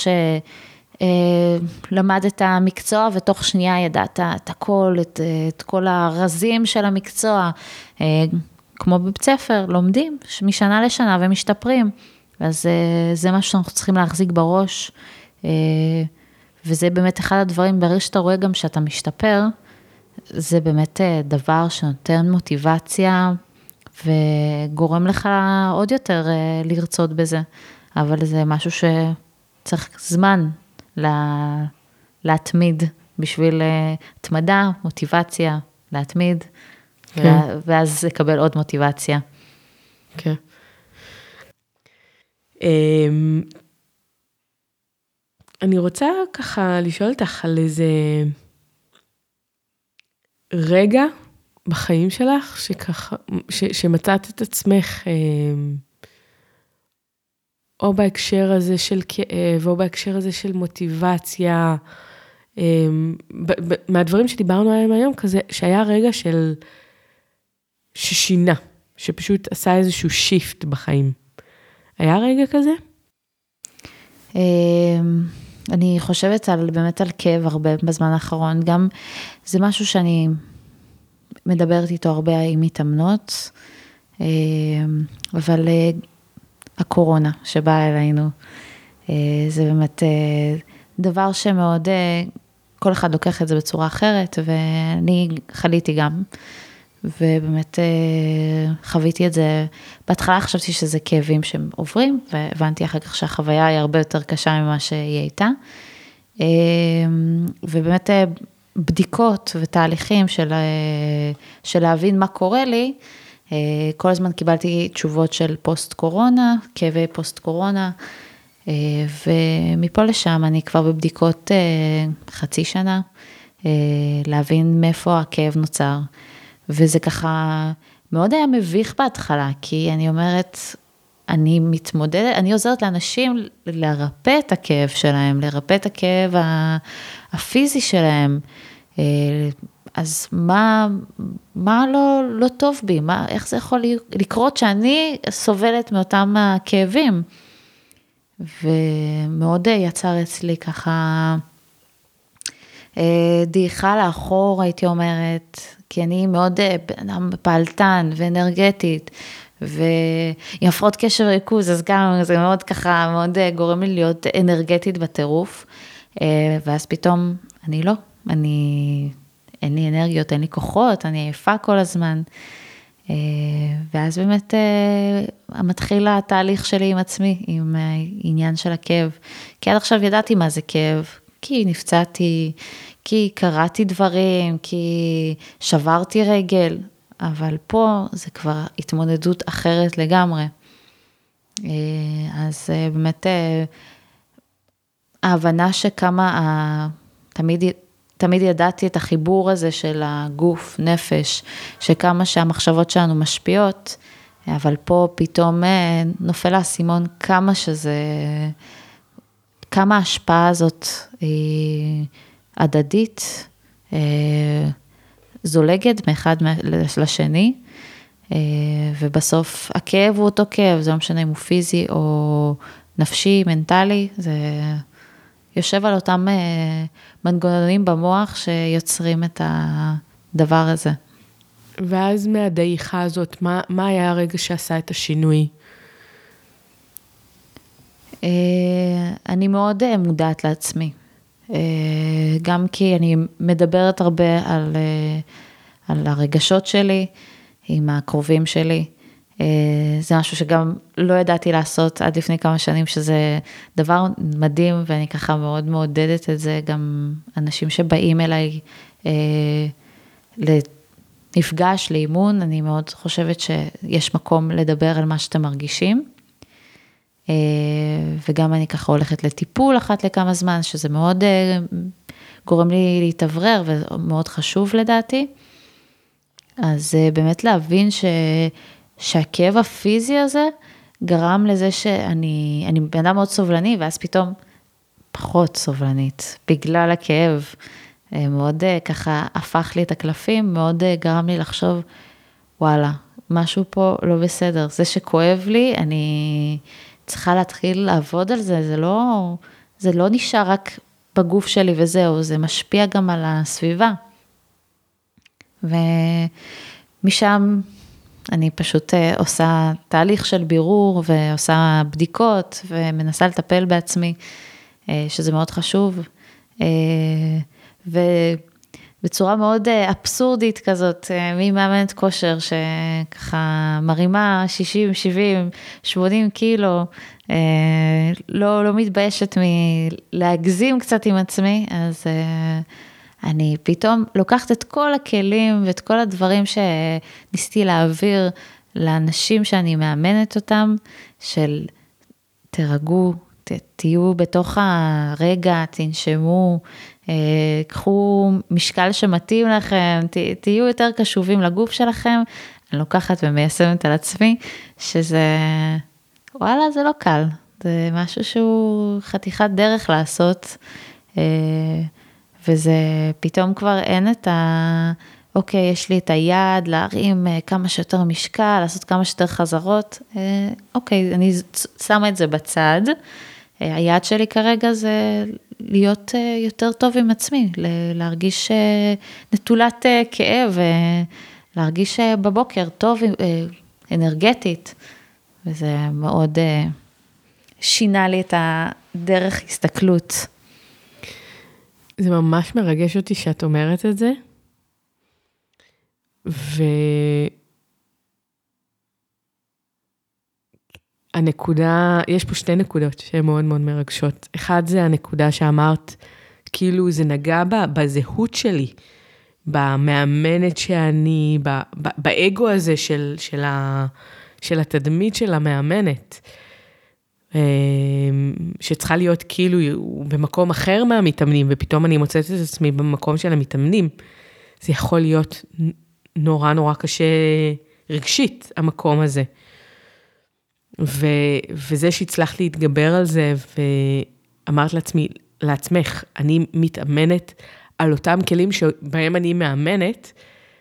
שלמדת מקצוע, ותוך שנייה ידעת את הכל, את כל הרזים של המקצוע, כמו בבית ספר, לומדים משנה לשנה ומשתפרים, אז זה מה שאנחנו צריכים להחזיק בראש, וזה באמת אחד הדברים, ברגע שאתה רואה גם שאתה משתפר, זה באמת דבר שנותן מוטיבציה, וגורם לך עוד יותר לרצות בזה, אבל זה משהו שצריך זמן להתמיד, בשביל התמדה, מוטיבציה, להתמיד, ואז לקבל עוד מוטיבציה. כן. אני רוצה ככה לשאול אותך על איזה רגע בחיים שלך, שמצאת את עצמך, או בהקשר הזה של כאב, או בהקשר הזה של מוטיבציה, מהדברים שדיברנו עליהם היום, כזה שהיה רגע ששינה, שפשוט עשה איזשהו שיפט בחיים. היה רגע כזה? אני חושבת באמת על כאב הרבה בזמן האחרון, גם זה משהו שאני מדברת איתו הרבה עם מתאמנות, אבל הקורונה שבאה אלינו, זה באמת דבר שמאוד, כל אחד לוקח את זה בצורה אחרת, ואני חליתי גם, ובאמת חוויתי את זה, בהתחלה חשבתי שזה כאבים שהם עוברים, והבנתי אחר כך שהחוויה היא הרבה יותר קשה ממה שהיא הייתה, ובאמת בדיקות ותהליכים של להבין מה קורה לי, כל הזמן קיבלתי תשובות של פוסט קורונה, כאבי פוסט קורונה, ומפה לשם אני כבר בבדיקות חצי שנה, להבין מאיפה הכאב נוצר, וזה ככה מאוד היה מביך בהתחלה, כי אני אומרת, אני מתמודדת, אני עוזרת לאנשים לרפא את הכאב שלהם, לרפא את הכאב הפיזי שלהם, אז מה לא טוב בי? איך זה יכול לקרות שאני סובלת מאותם הכאבים? ומאוד יצר אצלי ככה דעיכה לאחור, הייתי אומרת, כי אני מאוד פעלתן ואנרגטית, ועם הפרעות קשב וריכוז, אז גם זה מאוד ככה, מאוד גורם לי להיות אנרגטית בטירוף, ואז פתאום אני לא, אין לי אנרגיות, אין לי כוחות, אני עייפה כל הזמן, ואז באמת מתחיל התהליך שלי עם עצמי, עם עניין של הכאב, כי עד עכשיו ידעתי מה זה כאב, כי נפצעתי, כי קראתי דברים, כי שברתי רגל, אבל פה זה כבר התמודדות אחרת לגמרי. אז באמת ההבנה שכמה, תמיד ידעתי את החיבור הזה של הגוף, נפש, שכמה שהמחשבות שלנו משפיעות, אבל פה פתאום נופל האסימון כמה ההשפעה הזאת היא הדדית, זולגת מאחד לשני, ובסוף הכאב הוא אותו כאב, זה לא משנה אם הוא פיזי או נפשי, מנטלי, זה יושב על אותם מנגנונים במוח שיוצרים את הדבר הזה. ואז מהדעיכה הזאת, מה היה הרגע שעשה את השינוי? אני מאוד מודעת לעצמי, גם כי אני מדברת הרבה על הרגשות שלי, עם הקרובים שלי, זה משהו שגם לא ידעתי לעשות עד לפני כמה שנים, שזה דבר מדהים, ואני ככה מאוד מעודדת את זה, גם אנשים שבאים אליי למפגש, לאימון, אני מאוד חושבת שיש מקום לדבר על מה שאתם מרגישים, וגם אני ככה הולכת לטיפול אחת לכמה זמן, שזה מאוד גורם לי להתאוורר, ומאוד חשוב לדעתי. אז באמת להבין שהכאב הפיזי הזה, גרם לזה שאני בן אדם מאוד סובלני, ואז פתאום פחות סובלנית, בגלל הכאב. מאוד ככה הפך לי את הקלפים, מאוד גרם לי לחשוב, וואלה, משהו פה לא בסדר. זה שכואב לי, אני צריכה להתחיל לעבוד על זה, זה לא נשאר רק בגוף שלי וזהו, זה משפיע גם על הסביבה. ומשם אני פשוט עושה תהליך של בירור, ועושה בדיקות, ומנסה לטפל בעצמי, שזה מאוד חשוב. ובצורה מאוד אבסורדית כזאת, מי מאמנת כושר, שככה מרימה 60, 70, 80 קילו, לא מתביישת מלהגזים קצת עם עצמי, אז אני פתאום לוקחת את כל הכלים ואת כל הדברים שניסיתי להעביר לאנשים שאני מאמנת אותם, של תרגעו, תהיו בתוך הרגע, תנשמו, קחו משקל שמתאים לכם, תהיו יותר קשובים לגוף שלכם, אני לוקחת ומיישמת על עצמי, שזה, וואלה, זה לא קל, זה משהו שהוא חתיכת דרך לעשות, וזה פתאום כבר אין את אוקיי, יש לי את היד, להרים כמה שיותר משקל, לעשות כמה שיותר חזרות, אוקיי, אני שמה את זה בצד, היעד שלי כרגע זה להיות יותר טוב עם עצמי, להרגיש נטולת כאב, להרגיש בבוקר טוב, אנרגטית, וזה מאוד שינה לי את הדרך הסתכלות. זה ממש מרגש אותי שאת אומרת את זה, והנקודה, יש פה שתי נקודות שהן מאוד מאוד מרגשות. אחד זה הנקודה שאמרת, כאילו זה נגע בזהות שלי, במאמנת שאני, באגו הזה של התדמית של המאמנת, שצריכה להיות כאילו במקום אחר מהמתאמנים, ופתאום אני מוצאת את עצמי במקום של המתאמנים. זה יכול להיות נורא נורא קשה רגשית, המקום הזה. וזה שהצלחת להתגבר על זה, ואמרת לעצמך, אני מתאמנת על אותם כלים שבהם אני מאמנת,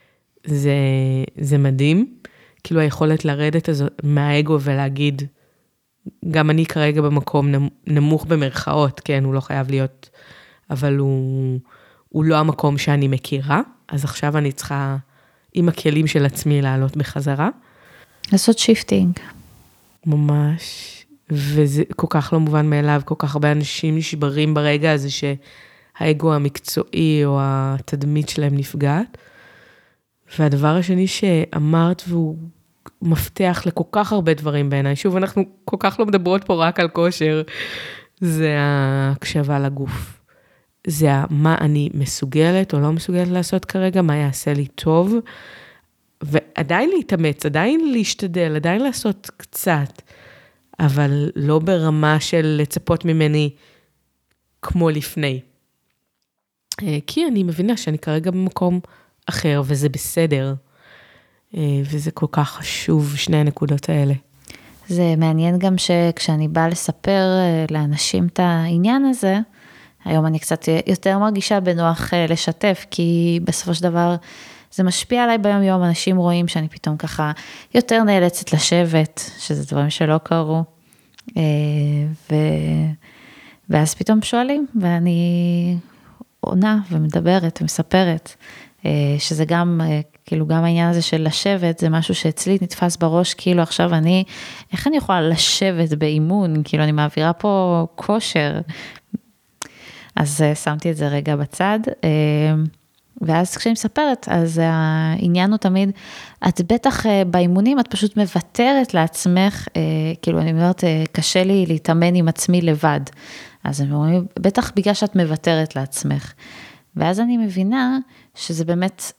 זה מדהים. כאילו היכולת לרדת מהאגו ולהגיד, גם אני כרגע במקום נמוך במרכאות, כן, הוא לא חייב להיות, אבל הוא לא המקום שאני מכירה, אז עכשיו אני צריכה עם הכלים של עצמי לעלות בחזרה. לעשות שיפטינג. ממש, וזה כל כך לא מובן מאליו, כל כך הרבה אנשים נשברים ברגע הזה שהאגו המקצועי או התדמית שלהם נפגעת. והדבר השני שאמרת, והוא מפתח לכל כך הרבה דברים בעיניי, שוב, אנחנו כל כך לא מדברות פה רק על כושר, זה ההקשבה לגוף. זה מה אני מסוגלת או לא מסוגלת לעשות כרגע, מה יעשה לי טוב, ועדיין להתאמץ, עדיין להשתדל, עדיין לעשות קצת, אבל לא ברמה של לצפות ממני כמו לפני. כי אני מבינה שאני כרגע במקום אחר, וזה בסדר, וזה כל כך חשוב, שני הנקודות האלה. זה מעניין גם שכשאני באה לספר לאנשים את העניין הזה, היום אני קצת יותר מרגישה בנוח לשתף, כי בסופו של דבר זה משפיע עליי ביום יום, אנשים רואים שאני פתאום ככה יותר נאלצת לשבת, שזה דברים שלא קרו, ואז פתאום שואלים, ואני עונה ומדברת ומספרת, שזה גם, כאילו גם העניין הזה של לשבת, זה משהו שאצלי נתפס בראש, כאילו עכשיו איך אני יכולה לשבת באימון, כאילו אני מעבירה פה כושר, אז שמתי את זה רגע בצד, ואז כשאני מספרת, אז העניין הוא תמיד, את בטח באימונים, את פשוט מוותרת לעצמך, כאילו אני אומרת, קשה לי להתאמן עם עצמי לבד, אז אני אומרת, בטח בגלל שאת מוותרת לעצמך, ואז אני מבינה שזה באמת,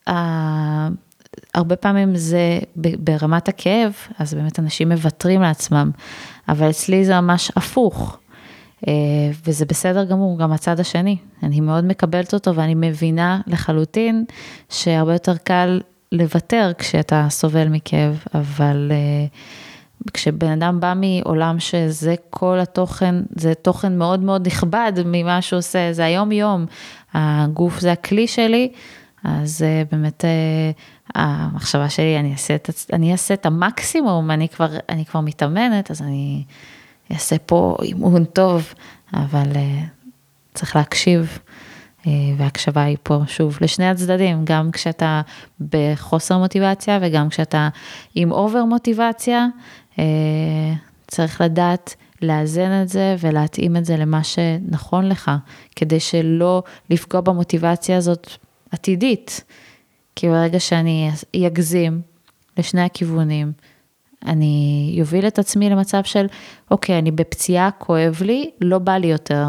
הרבה פעמים זה ברמת הכאב, אז באמת אנשים מוותרים לעצמם, אבל אצלי זה ממש הפוך, וזה בסדר גמור, גם הצד השני, אני מאוד מקבלת אותו, ואני מבינה לחלוטין, שהרבה יותר קל לוותר, כשאתה סובל מכאב, אבל כשבן אדם בא מעולם שזה כל התוכן, זה תוכן מאוד מאוד נכבד ממה שהוא עושה, זה היום יום, הגוף זה הכלי שלי, אז באמת המחשבה שלי, אני אעשה את המקסימום, אני כבר מתאמנת, אז אני אעשה פה אימון טוב, אבל צריך להקשיב, וההקשבה היא פה שוב לשני הצדדים, גם כשאתה בחוסר מוטיבציה, וגם כשאתה עם אובר מוטיבציה, צריך לדעת לאזן את זה, ולהתאים את זה למה שנכון לך, כדי שלא לפגוע במוטיבציה הזאת עתידית, כי ברגע שאני אגזים לשני הכיוונים, אני יוביל את עצמי למצב של, אוקיי, אני בפציעה, כואב לי, לא בא לי יותר.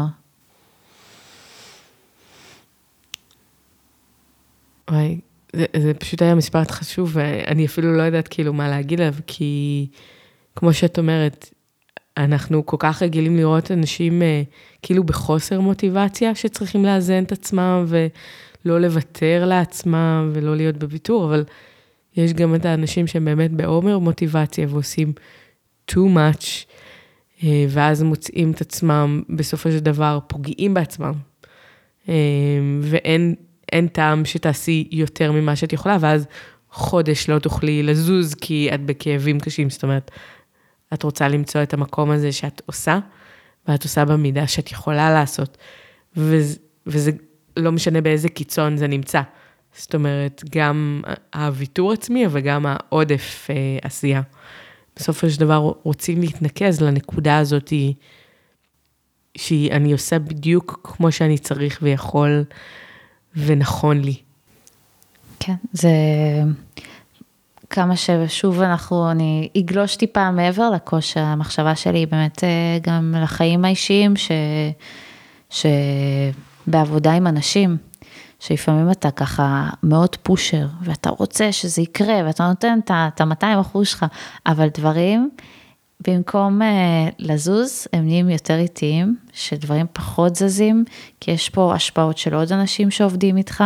וואי, זה פשוט היה מספר חשוב, ואני אפילו לא יודעת כאילו מה להגיד עליו, כי כמו שאת אומרת, אנחנו כל כך רגילים לראות אנשים כאילו בחוסר מוטיבציה, שצריכים לאזן את עצמם, ולא לוותר לעצמם, ולא להיות בוויתור, אבל יש גם את האנשים שהם באמת באומר מוטיבציה, ועושים too much, ואז מוצאים את עצמם, בסופו של דבר פוגעים בעצמם, ואין טעם שתעשי יותר ממה שאת יכולה, ואז חודש לא תוכלי לזוז, כי את בכאבים קשים, זאת אומרת, את רוצה למצוא את המקום הזה שאת עושה, ואת עושה במידה שאת יכולה לעשות, וזה לא משנה באיזה קיצון זה נמצא, זאת אומרת, גם הוויתור עצמי, וגם העודף עשייה. בסופו של דבר רוצים להתנקז לנקודה הזאת, שאני עושה בדיוק כמו שאני צריך ויכול, ונכון לי. כן, זה כמה ששוב אני אגלוש טיפה מעבר לקוש, המחשבה שלי באמת גם לחיים האישיים, שבעבודה עם אנשים, שלפעמים אתה ככה מאוד פושר, ואתה רוצה שזה יקרה, ואתה נותן את ה-200% שלך, אבל דברים, במקום לזוז, הם נהיים יותר איטיים, שדברים פחות זזים, כי יש פה השפעות של עוד אנשים שעובדים איתך.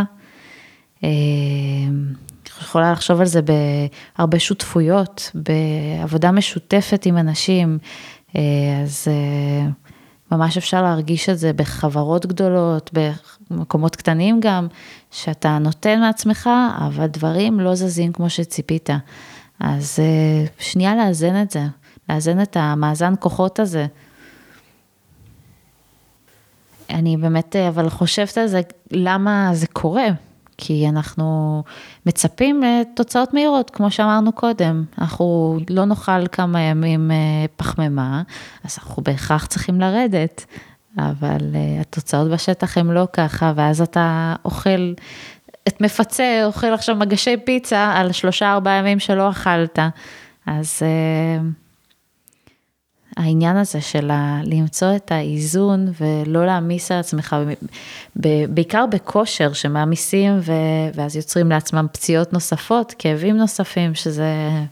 יכולה לחשוב על זה בהרבה שותפויות, בעבודה משותפת עם אנשים, אז ממש אפשר להרגיש את זה בחברות גדולות, במקומות קטנים גם, שאתה נותן מעצמך, אבל דברים לא זזים כמו שציפית. אז שנייה לאזן את זה, לאזן את המאזן כוחות הזה. אני באמת, אבל חושבת על זה, למה זה קורה? כי אנחנו מצפים לתוצאות מהירות, כמו שאמרנו קודם. אנחנו לא נאכל כמה ימים פחמימה, אז אנחנו בהכרח צריכים לרדת. אבל התוצאות בשטח הן לא ככה, ואז אתה אוכל, את מפצה, אוכל עכשיו מגשי פיצה על 3-4 ימים שלא אכלת. אז העניין הזה של למצוא את האיזון ולא להמיס על עצמך, בעיקר בכושר שמאמיסים ואז יוצרים לעצמם פציעות נוספות, כאבים נוספים, שזה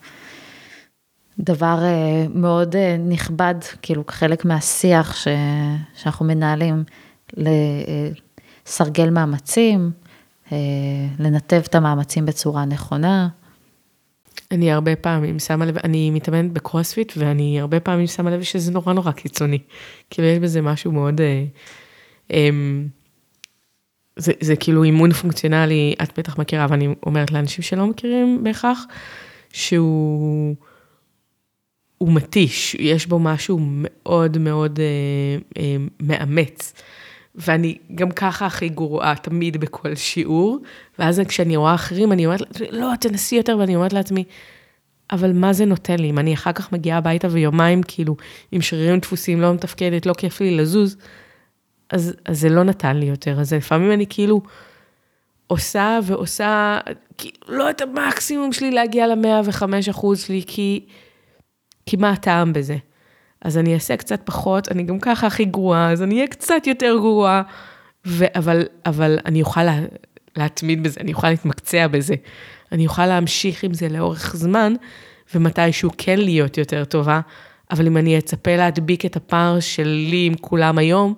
דבר מאוד נכבד, כאילו חלק מהשיח שאנחנו מנהלים, לסרגל מאמצים, לנתב את המאמצים בצורה נכונה. אני הרבה פעמים שמה לב, אני מתאמנת בקרוספיט, ואני הרבה פעמים שמה לב שזה נורא נורא קיצוני. כאילו יש בזה משהו מאוד, זה כאילו אימון פונקציונלי, את בטח מכירה, ואני אומרת לאנשים שלא מכירים בהכרח, שהוא מתיש, יש בו משהו מאוד מאוד מאמץ, ואני גם ככה הכי גרועה תמיד בכל שיעור, ואז כשאני רואה אחרים, אני אומרת, לא, תנסי יותר, ואני אומרת לעצמי, אבל מה זה נותן לי? אם אני אחר כך מגיעה הביתה ויומיים, כאילו, עם שרירים דפוסים, לא מתפקדת, לא כיף לי לזוז, אז זה לא נתן לי יותר. אז לפעמים אני כאילו עושה ועושה, לא את המקסימום שלי להגיע ל-105% שלי, כי מה הטעם בזה? אז אני אעשה קצת פחות, אני גם ככה הכי גרועה, אז אני אהיה קצת יותר גרועה, אבל אני אוכל להתמיד בזה, אני אוכל להתמקצע בזה, אני אוכל להמשיך עם זה לאורך זמן, ומתישהו כן להיות יותר טובה, אבל אם אני אצפה להדביק את הפער שלי עם כולם היום,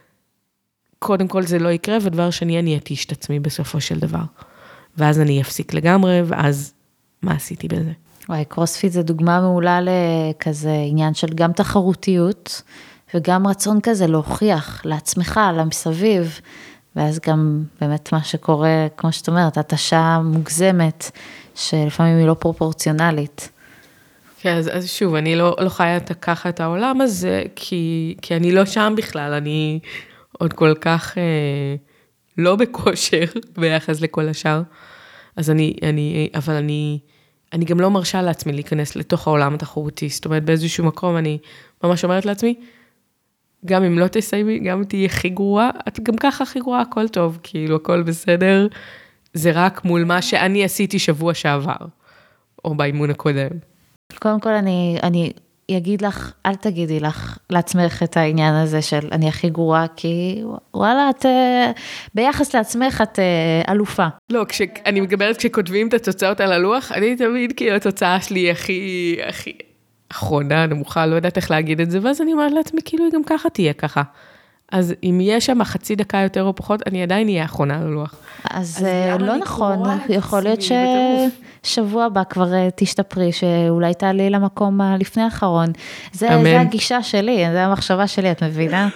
קודם כל זה לא יקרה, ודבר שני, אני אתיש את עצמי בסופו של דבר. ואז אני אפסיק לגמרי, ואז מה עשיתי בזה? וואי, קרוספיט זה דוגמה מעולה לכזה עניין של גם תחרותיות, וגם רצון כזה להוכיח לעצמך, למסביב, ואז גם באמת מה שקורה, כמו שאת אומרת, התשה מוגזמת, שלפעמים היא לא פרופורציונלית. כן, אז שוב, אני לא חיה ככה את העולם הזה, כי אני לא שם בכלל, אני עוד כל כך לא בכושר ביחס לכל השאר, אז אבל אני גם לא מרשה לעצמי להיכנס לתוך העולם התחרותי, זאת אומרת, באיזשהו מקום אני ממש אומרת לעצמי, גם אם לא תסיימי, גם אם תהיה הכי גרועה, את גם ככה הכי גרועה, הכל טוב, כאילו הכל בסדר, זה רק מול מה שאני עשיתי שבוע שעבר, או באימון הקודם. קודם כל אני אגיד לך, אל תגידי לך לעצמך את העניין הזה של אני הכי גרועה, כי וואלה, את ביחס לעצמך את אלופה. לא, אני מגברת כשכותבים את התוצאות על הלוח, אני תמיד כאילו התוצאה שלי הכי אחרונה, נמוכה, לא יודעת איך להגיד את זה, ואז אני אומרת לעצמי, כאילו, גם ככה תהיה ככה. אז אם יש שם חצי דקה יותר או פחות, אני עדיין אהיה אחרונה על הלוח. אז לא נכון, יכול להיות ששבוע הבא כבר תשתפרי, שאולי תעלי למקום לפני האחרון. זה הגישה שלי, זה המחשבה שלי, את מבינה?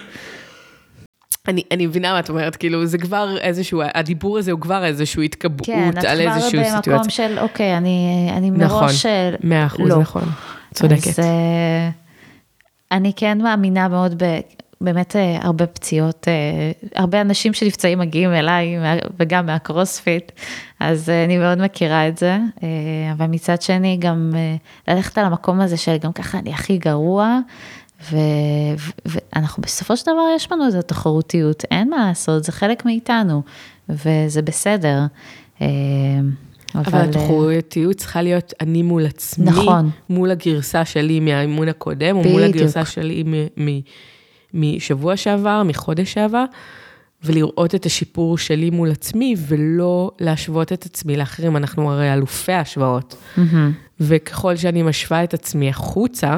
אני מבינה מה את אומרת, כאילו, זה כבר איזשהו, הדיבור הזה הוא כבר איזשהו התקבעות על איזשהו סיטואציה. כן, את כבר במקום של, אוקיי, אני מראש נכון, 100%, נכון, צודקת. אז אני כן מאמינה מאוד באמת הרבה פציעות, הרבה אנשים שנפצעים מגיעים אליי, וגם מהקרוספיט, אז אני מאוד מכירה את זה, אבל מצד שני גם ללכת על המקום הזה של גם ככה אני הכי גרוע, ואנחנו בסופו של דבר יש לנו איזו תחרותיות, אין מה לעשות, זה חלק מאיתנו, וזה בסדר. אבל התחרותיות צריכה להיות אני מול עצמי, נכון. מול הגרסה שלי מהאימון הקודם, או מול הגרסה שלי משבוע שעבר, מחודש שעבר, ולראות את השיפור שלי מול עצמי, ולא להשוות את עצמי לאחרים, אנחנו הרי אלופי השוואות. וככל שאני משווה את עצמי החוצה,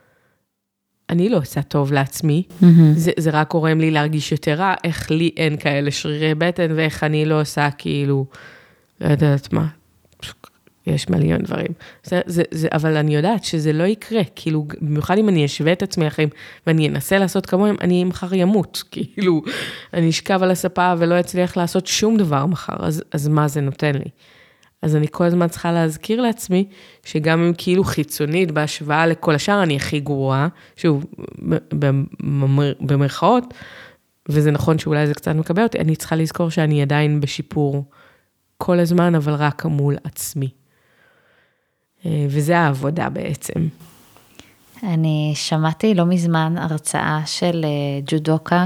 אני לא עושה טוב לעצמי, זה רק גורם לי להרגיש יותר רע, איך לי אין כאלה שרירי בטן, ואיך אני לא עושה כאילו, לא יודעת מה, יש מיליון דברים. אבל אני יודעת שזה לא יקרה, כאילו, במיוחד אם אני אשווה את עצמי אחרים, ואני אנסה לעשות כמוהם, אני מחר ימות, כאילו, אני אשכב על הספה ולא אצליח לעשות שום דבר מחר, אז מה זה נותן לי? אז אני כל הזמן צריכה להזכיר לעצמי, שגם אם כאילו חיצונית, בהשוואה לכל השאר, אני הכי גרועה, שוב, במרכאות, וזה נכון שאולי זה קצת מקבל אותי, אני צריכה לזכור שאני עדיין בשיפור כל הזמן, אבל רק מול עצמי. וזה העבודה בעצם. אני שמעתי לא מזמן הרצאה של ג'ודוקה,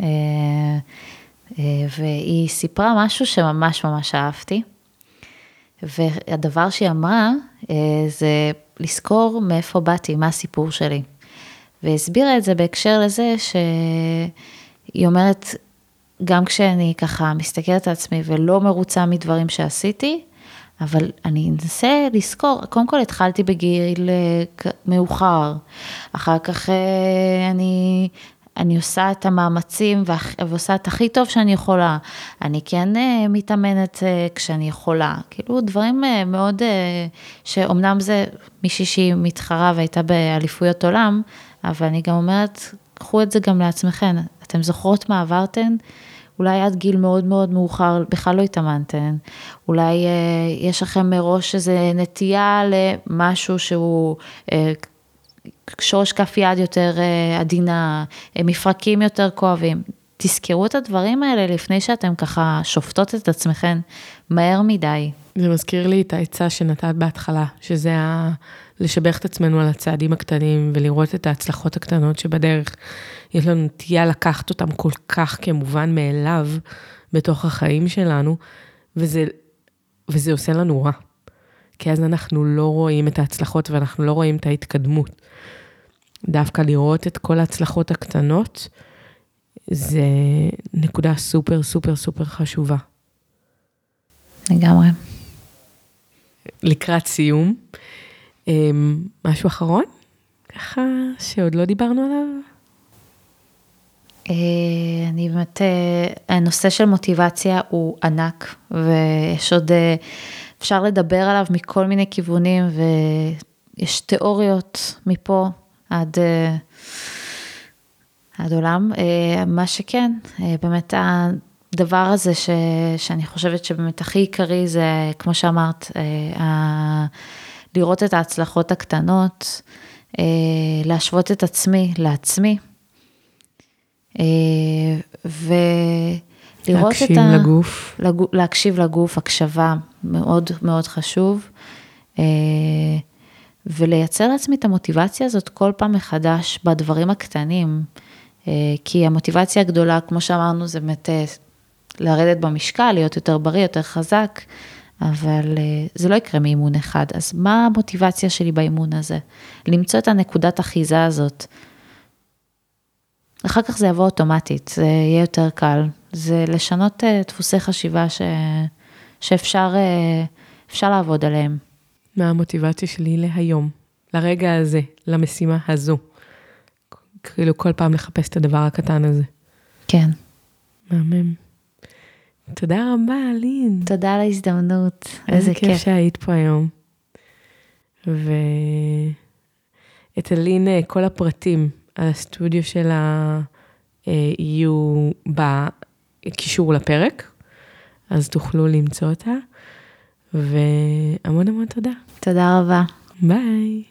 והיא סיפרה משהו שממש ממש אהבתי, והדבר שהיא אמרה, זה לזכור מאיפה באתי, מה הסיפור שלי. והסבירה את זה בהקשר לזה, שהיא אומרת, גם כשאני ככה מסתכלת על עצמי, ולא מרוצה מדברים שעשיתי, אבל אני אנסה לזכור, קודם כל התחלתי בגיל מאוחר, אחר כך אני עושה את המאמצים, ועושה את הכי טוב שאני יכולה, אני כן מתאמנת כשאני יכולה, כאילו דברים מאוד, שאומנם זה מישהי שהיא מתחרה, והייתה באליפויות עולם, אבל אני גם אומרת, קחו את זה גם לעצמכם, אתם זוכרות מה עברתן, אולי עד גיל מאוד מאוד מאוחר, בכלל לא התאמנתן, אולי יש לכם מראש איזו נטייה למשהו שהוא שורש כף יד יותר עדינה, מפרקים יותר כואבים. תזכרו את הדברים האלה לפני שאתם ככה שופטות את עצמכם מהר מדי. זה מזכיר לי את העצה שנתת בהתחלה, שזה לשבח את עצמנו על הצעדים הקטנים, ולראות את ההצלחות הקטנות שבדרך, יש לנו נטייה לקחת אותם כל כך כמובן מאליו, בתוך החיים שלנו, וזה עושה לנו רע. כי אז אנחנו לא רואים את ההצלחות, ואנחנו לא רואים את ההתקדמות. דווקא לראות את כל ההצלחות הקטנות, זה נקודה סופר סופר סופר חשובה. לגמרי. לקראת סיום, משהו אחרון? ככה שעוד לא דיברנו עליו? אני באמת, הנושא של מוטיבציה הוא ענק, ויש עוד, אפשר לדבר עליו מכל מיני כיוונים, ויש תיאוריות מפה עד עולם. מה שכן, באמת הדבר הזה שאני חושבת שבאמת הכי עיקרי זה, כמו שאמרת, לראות את ההצלחות הקטנות, להשוות את עצמי לעצמי, ולראות להקשיב לגוף. להקשיב לגוף, הקשבה, מאוד מאוד חשוב, ולייצר לעצמי את המוטיבציה הזאת כל פעם מחדש בדברים הקטנים, כי המוטיבציה הגדולה, כמו שאמרנו, זה באמת לרדת במשקל, להיות יותר בריא, יותר חזק, אבל זה לא יקרה מאימון אחד. אז מה המוטיבציה שלי באימון הזה? למצוא את הנקודת אחיזה הזאת. אחר כך זה יבוא אוטומטית, זה יהיה יותר קל. זה לשנות דפוסי חשיבה שאפשר לעבוד עליהם. מה המוטיבציה שלי להיום, לרגע הזה, למשימה הזו? כאילו כל פעם לחפש את הדבר הקטן הזה. כן. מהמם. תודה רבה, אלין. תודה על ההזדמנות. איזה כיף שהיית פה היום. ואת אלין, כל הפרטים על הסטודיו שלה יהיו בקישור לפרק, אז תוכלו למצוא אותה. והמון המון תודה. תודה רבה. ביי.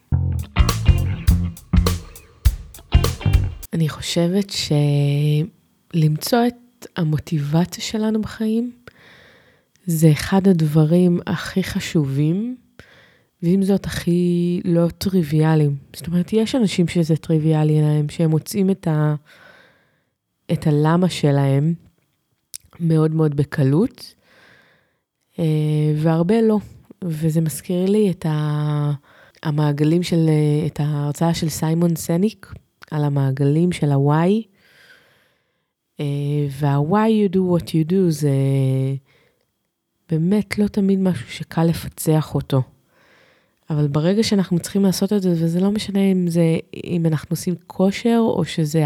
אני חושבת שלמצוא את המוטיבציה שלנו בחיים, זה אחד הדברים הכי חשובים, ועם זאת הכי לא טריוויאליים. זאת אומרת, יש אנשים שזה טריוויאלי להם, שהם מוצאים את הלמה שלהם מאוד מאוד בקלות, והרבה לא. וזה מזכיר לי את המעגלים את ההרצאה של סיימון סניק, על המעגלים של ה-why, וה-why you do what you do, זה באמת לא תמיד משהו שקל לפצח אותו. אבל ברגע שאנחנו צריכים לעשות את זה, וזה לא משנה אם אנחנו עושים כושר, או שזה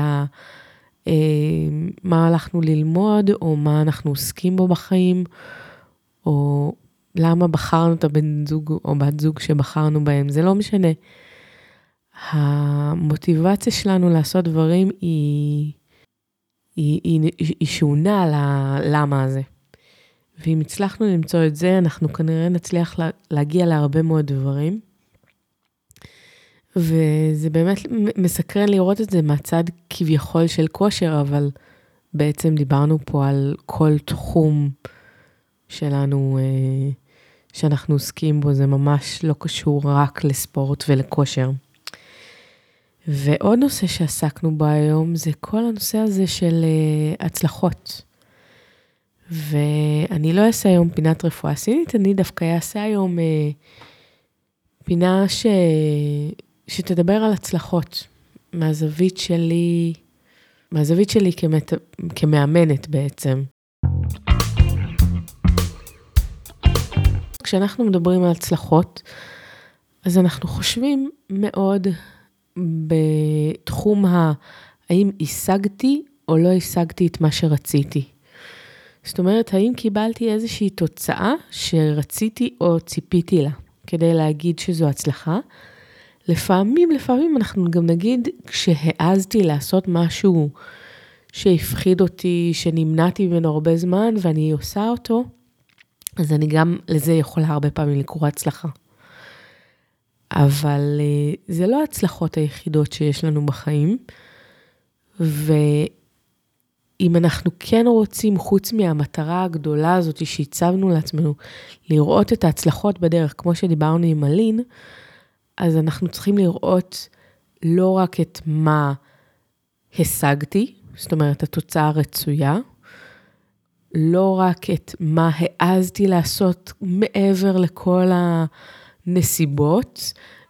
מה הלכנו ללמוד, או מה אנחנו עוסקים בו בחיים, או למה בחרנו את הבן זוג או בת זוג שבחרנו בהם, זה לא משנה. המוטיבציה שלנו לעשות דברים היא שונה על הלמה הזה. ואם הצלחנו למצוא את זה, אנחנו כנראה נצליח להגיע להרבה מאוד דברים. וזה באמת מסקרן לראות את זה מהצד כביכול של כושר, אבל בעצם דיברנו פה על כל תחום שלנו, שאנחנו עוסקים בו, זה ממש לא קשור רק לספורט ולכושר. ועוד נושא שעסקנו בו היום, זה כל הנושא הזה של הצלחות. ואני לא אעשה היום פינת רפואה סינית, אני דווקא אעשה היום פינה שתדבר על הצלחות, מהזווית שלי כמאמנת בעצם. כשאנחנו מדברים על הצלחות, אז אנחנו חושבים מאוד בתחום האם השגתי או לא השגתי את מה שרציתי. זאת אומרת, האם קיבלתי איזושהי תוצאה שרציתי או ציפיתי לה, כדי להגיד שזו הצלחה. לפעמים אנחנו גם נגיד, כשהעזתי לעשות משהו שהפחיד אותי, שנמנעתי ממנו הרבה זמן, ואני עושה אותו, אז אני גם לזה יכולה הרבה פעמים לקרוא הצלחה. אבל זה לא ההצלחות היחידות שיש לנו בחיים, ואם אנחנו כן רוצים, חוץ מהמטרה הגדולה הזאת שהצבנו לעצמנו, לראות את ההצלחות בדרך, כמו שדיברנו עם אלין, אז אנחנו צריכים לראות לא רק את מה השגתי, זאת אומרת, התוצאה הרצויה, לא רק את מה העזתי לעשות מעבר לכל הנסיבות,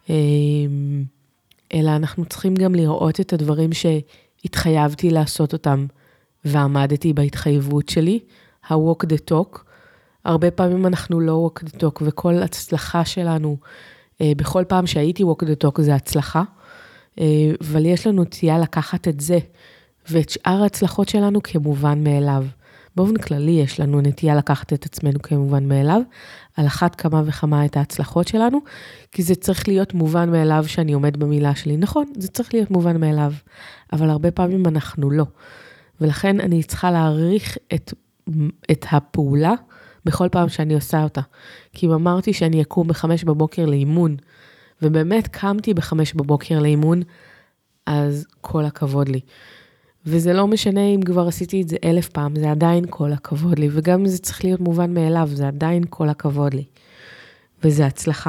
אלא אנחנו צריכים גם לראות את הדברים שהתחייבתי לעשות אותם, ועמדתי בהתחייבות שלי, ה-walk the talk. הרבה פעמים אנחנו לא walk the talk, וכל הצלחה שלנו, בכל פעם שהייתי walk the talk זה הצלחה, אבל יש לנו נטייה לקחת את זה, ואת שאר ההצלחות שלנו כמובן מאליו. באופן כללי יש לנו נטייה לקחת את עצמנו כמובן מאליו, על אחת כמה וכמה את ההצלחות שלנו, כי זה צריך להיות מובן מאליו שאני עומד במילה שלי. נכון, זה צריך להיות מובן מאליו, אבל הרבה פעמים אנחנו לא. ולכן אני צריכה להעריך את הפעולה בכל פעם שאני עושה אותה. כי אם אמרתי שאני אקום ב5 בבוקר לאימון, ובאמת קמתי ב5 בבוקר לאימון, אז כל הכבוד לי. וזה לא משנה אם כבר עשיתי את זה 1000 פעם, זה עדיין כל הכבוד לי, וגם אם זה צריך להיות מובן מאליו, זה עדיין כל הכבוד לי. וזה הצלחה.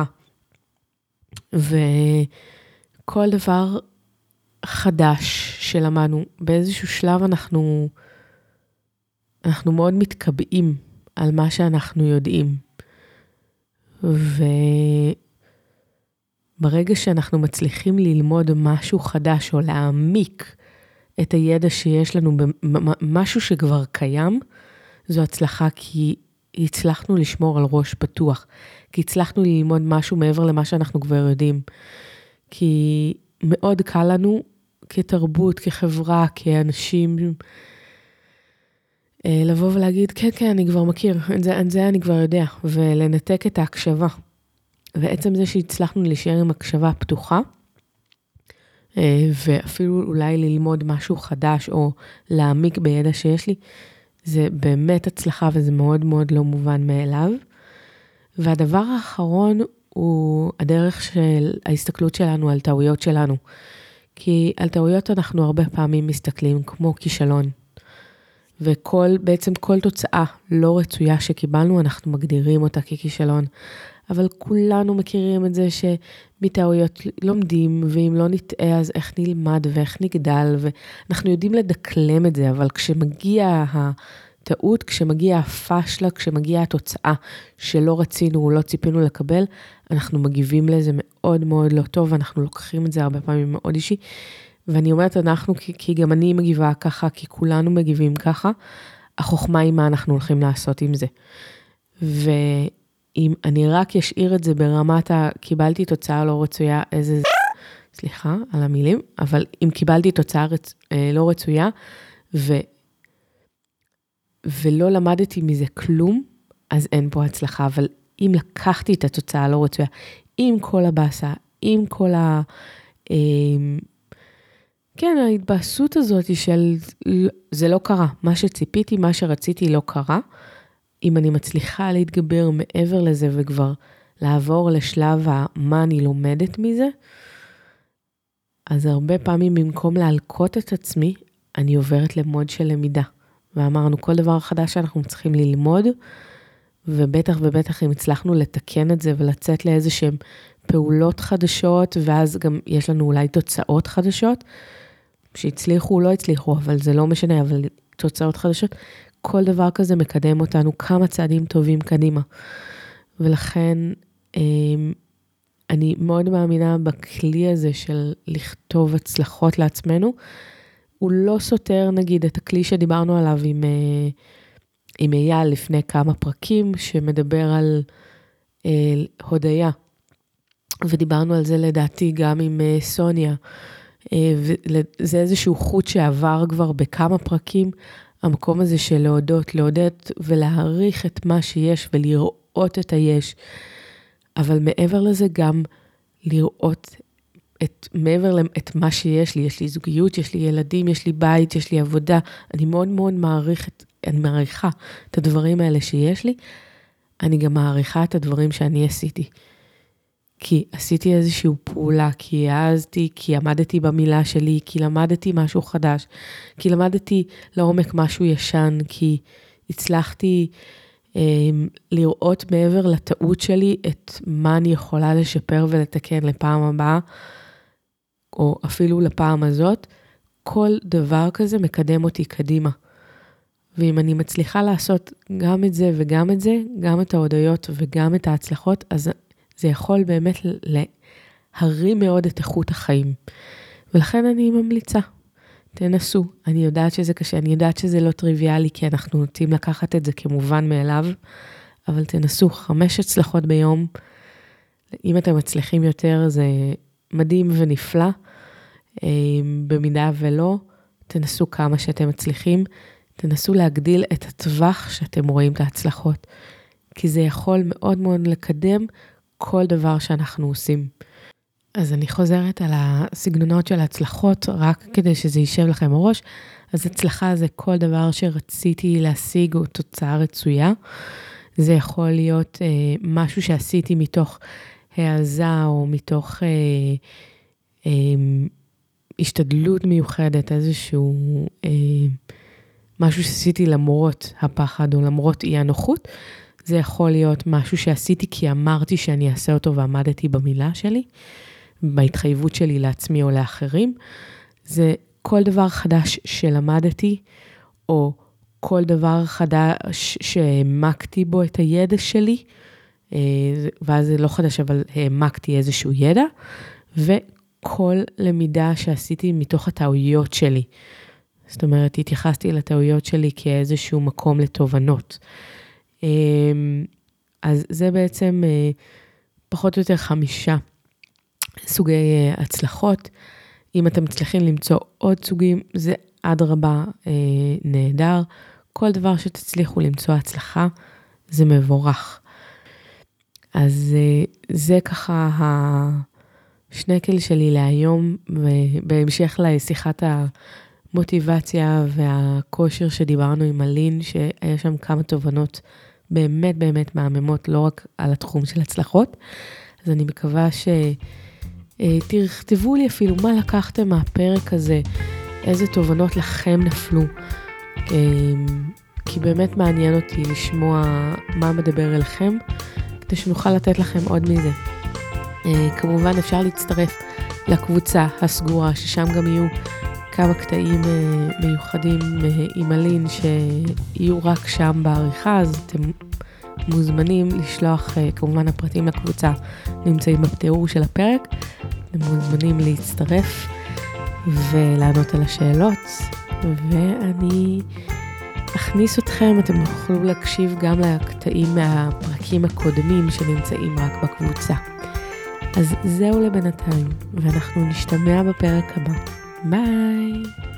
וכל דבר חדש שלמדנו, באיזשהו שלב אנחנו מאוד מתקבעים על מה שאנחנו יודעים. וברגע שאנחנו מצליחים ללמוד משהו חדש, או להעמיק את הידע שיש לנו במשהו שכבר קיים, זו הצלחה, כי הצלחנו לשמור על ראש פתוח, כי הצלחנו ללמוד משהו מעבר למה שאנחנו כבר יודעים, כי מאוד קל לנו כתרבות, כחברה, כאנשים, לבוא ולהגיד, כן, אני כבר מכיר, את זה אני כבר יודע, ולנתק את ההקשבה. ועצם זה שהצלחנו להישאר עם הקשבה פתוחה, ואפילו אולי ללמוד משהו חדש, או להעמיק בידע שיש לי, זה באמת הצלחה, וזה מאוד מאוד לא מובן מאליו. והדבר האחרון הוא הדרך של ההסתכלות שלנו על טעויות שלנו. כי על טעויות אנחנו הרבה פעמים מסתכלים כמו כישלון. ובעצם כל תוצאה לא רצויה שקיבלנו, אנחנו מגדירים אותה ככישלון. אבל כולנו מכירים את זה שמטעויות לומדים, ואם לא נטעה אז איך נלמד ואיך נגדל, ואנחנו יודעים לדקלם את זה, אבל כשמגיע הטעות, כשמגיע הפשלה, כשמגיע התוצאה שלא רצינו או לא ציפינו לקבל, אנחנו מגיבים לזה מאוד מאוד לא טוב, ואנחנו לוקחים את זה הרבה פעמים מאוד אישי, ואני אומרת אנחנו, כי גם אני מגיבה ככה, כי כולנו מגיבים ככה, החוכמה היא מה אנחנו הולכים לעשות עם זה. ואם אני רק אשאיר את זה ברמת קיבלתי תוצאה לא רצויה, סליחה על המילים, אבל אם קיבלתי תוצאה לא רצויה, ולא למדתי מזה כלום, אז אין פה הצלחה. אבל אם לקחתי את התוצאה הלא רצויה, עם כל הבאסה, עם כל כן, ההתבאסות הזאת של זה לא קרה. מה שציפיתי, מה שרציתי לא קרה. אם אני מצליחה להתגבר מעבר לזה וכבר לעבור לשלב מה אני לומדת מזה, אז הרבה פעמים במקום להלקות את עצמי, אני עוברת למוד של למידה. ואמרנו, כל דבר חדש שאנחנו צריכים ללמוד, ובטח אם הצלחנו לתקן את זה ולצאת לאיזשהם פעולות חדשות, ואז גם יש לנו אולי תוצאות חדשות, שהצליחו או לא הצליחו, אבל זה לא משנה, אבל תוצאות חדשות, כל דבר כזה מקדם אותנו כמה צעדים טובים קדימה. ולכן אני מאוד מאמינה בכלי הזה של לכתוב הצלחות לעצמנו, הוא לא סותר נגיד את הכלי שדיברנו עליו עם אייל לפני כמה פרקים, שמדבר על הודיה, ודיברנו על זה לדעתי גם עם סוניה, וזה איזשהו חוט שעבר כבר בכמה פרקים, המקום הזה של להודות ולהעריך את מה שיש ולראות את היש, אבל מעבר לזה גם לראות מעבר את מה שיש לי, יש לי זוגיות, יש לי ילדים, יש לי בית, יש לי עבודה, אני מאוד מאוד מעריכה את הדברים האלה שיש לי, אני גם מעריכה את הדברים שאני עשיתי. כי עשיתי איזושהי פעולה, כי העזתי, כי עמדתי במילה שלי, כי למדתי משהו חדש, כי למדתי לעומק משהו ישן, כי הצלחתי לראות מעבר לטעות שלי את מה אני יכולה לשפר ולתקן לפעם הבאה, או אפילו לפעם הזאת, כל דבר כזה מקדם אותי קדימה. ואם אני מצליחה לעשות גם את זה וגם את זה, גם את ההודיות וגם את ההצלחות, אז זה יכול באמת להרים מאוד את איכות החיים. ולכן אני ממליצה, תנסו. אני יודעת שזה קשה, אני יודעת שזה לא טריוויאלי, כי אנחנו נוטים לקחת את זה כמובן מאליו, אבל תנסו 5 הצלחות ביום. אם אתם מצליחים יותר, זה מדהים ונפלא. במידה ולא, תנסו כמה שאתם מצליחים, תנסו להגדיל את הטווח שאתם רואים את ההצלחות, כי זה יכול מאוד מאוד לקדם כל דבר שאנחנו עושים. אז אני חוזרת על הסגנונות של ההצלחות, רק כדי שזה יישב לכם בראש. אז הצלחה זה כל דבר שרציתי להשיג או תוצאה רצויה. זה יכול להיות משהו שעשיתי מתוך העזה או מתוך השתדלות מיוחדת, איזשהו משהו שעשיתי למרות הפחד או למרות אי הנוחות. זה יכול להיות משהו שעשיתי כי אמרתי שאני אעשה אותו ועמדתי במילה שלי, בהתחייבות שלי לעצמי או לאחרים. זה כל דבר חדש שלמדתי, או כל דבר חדש שהעמקתי בו את הידע שלי, ואז זה לא חדש, אבל העמקתי איזשהו ידע, וכל למידה שעשיתי מתוך הטעויות שלי. זאת אומרת, התייחסתי לטעויות שלי כאיזשהו מקום לתובנות. אז זה בעצם פחות או יותר 5 סוגי הצלחות. אם אתם מצליחים למצוא עוד סוגים, זה אדרבה נהדר. כל דבר שתצליחו למצוא הצלחה, זה מבורך. אז זה ככה השנקל שלי להיום, ובהמשך לשיחת המוטיבציה והכושר שדיברנו עם אלין, שהיה שם כמה תובנות באמת באמת מהממות, לא רק על התחום של הצלחות. אז אני מקווה תכתבו לי אפילו מה לקחתם מהפרק הזה, איזה תובנות לכם נפלו, כי באמת מעניין אותי לשמוע מה מדבר אליכם, כדי שנוכל לתת לכם עוד מזה. כמובן אפשר להצטרף לקבוצה הסגורה, ששם גם יהיו כמה קטעים מיוחדים עם אלין, שיהיו רק שם בעריכה, אז אתם מוזמנים לשלוח, כמובן הפרטים לקבוצה נמצאים בתיאור של הפרק, אתם מוזמנים להצטרף ולענות על השאלות, ואני אכניס אתכם, אתם יכולו להקשיב גם לקטעים מהפרקים הקודמים שנמצאים רק בקבוצה. אז זהו לבינתיים, ואנחנו נשתמע בפרק הבא. ביי!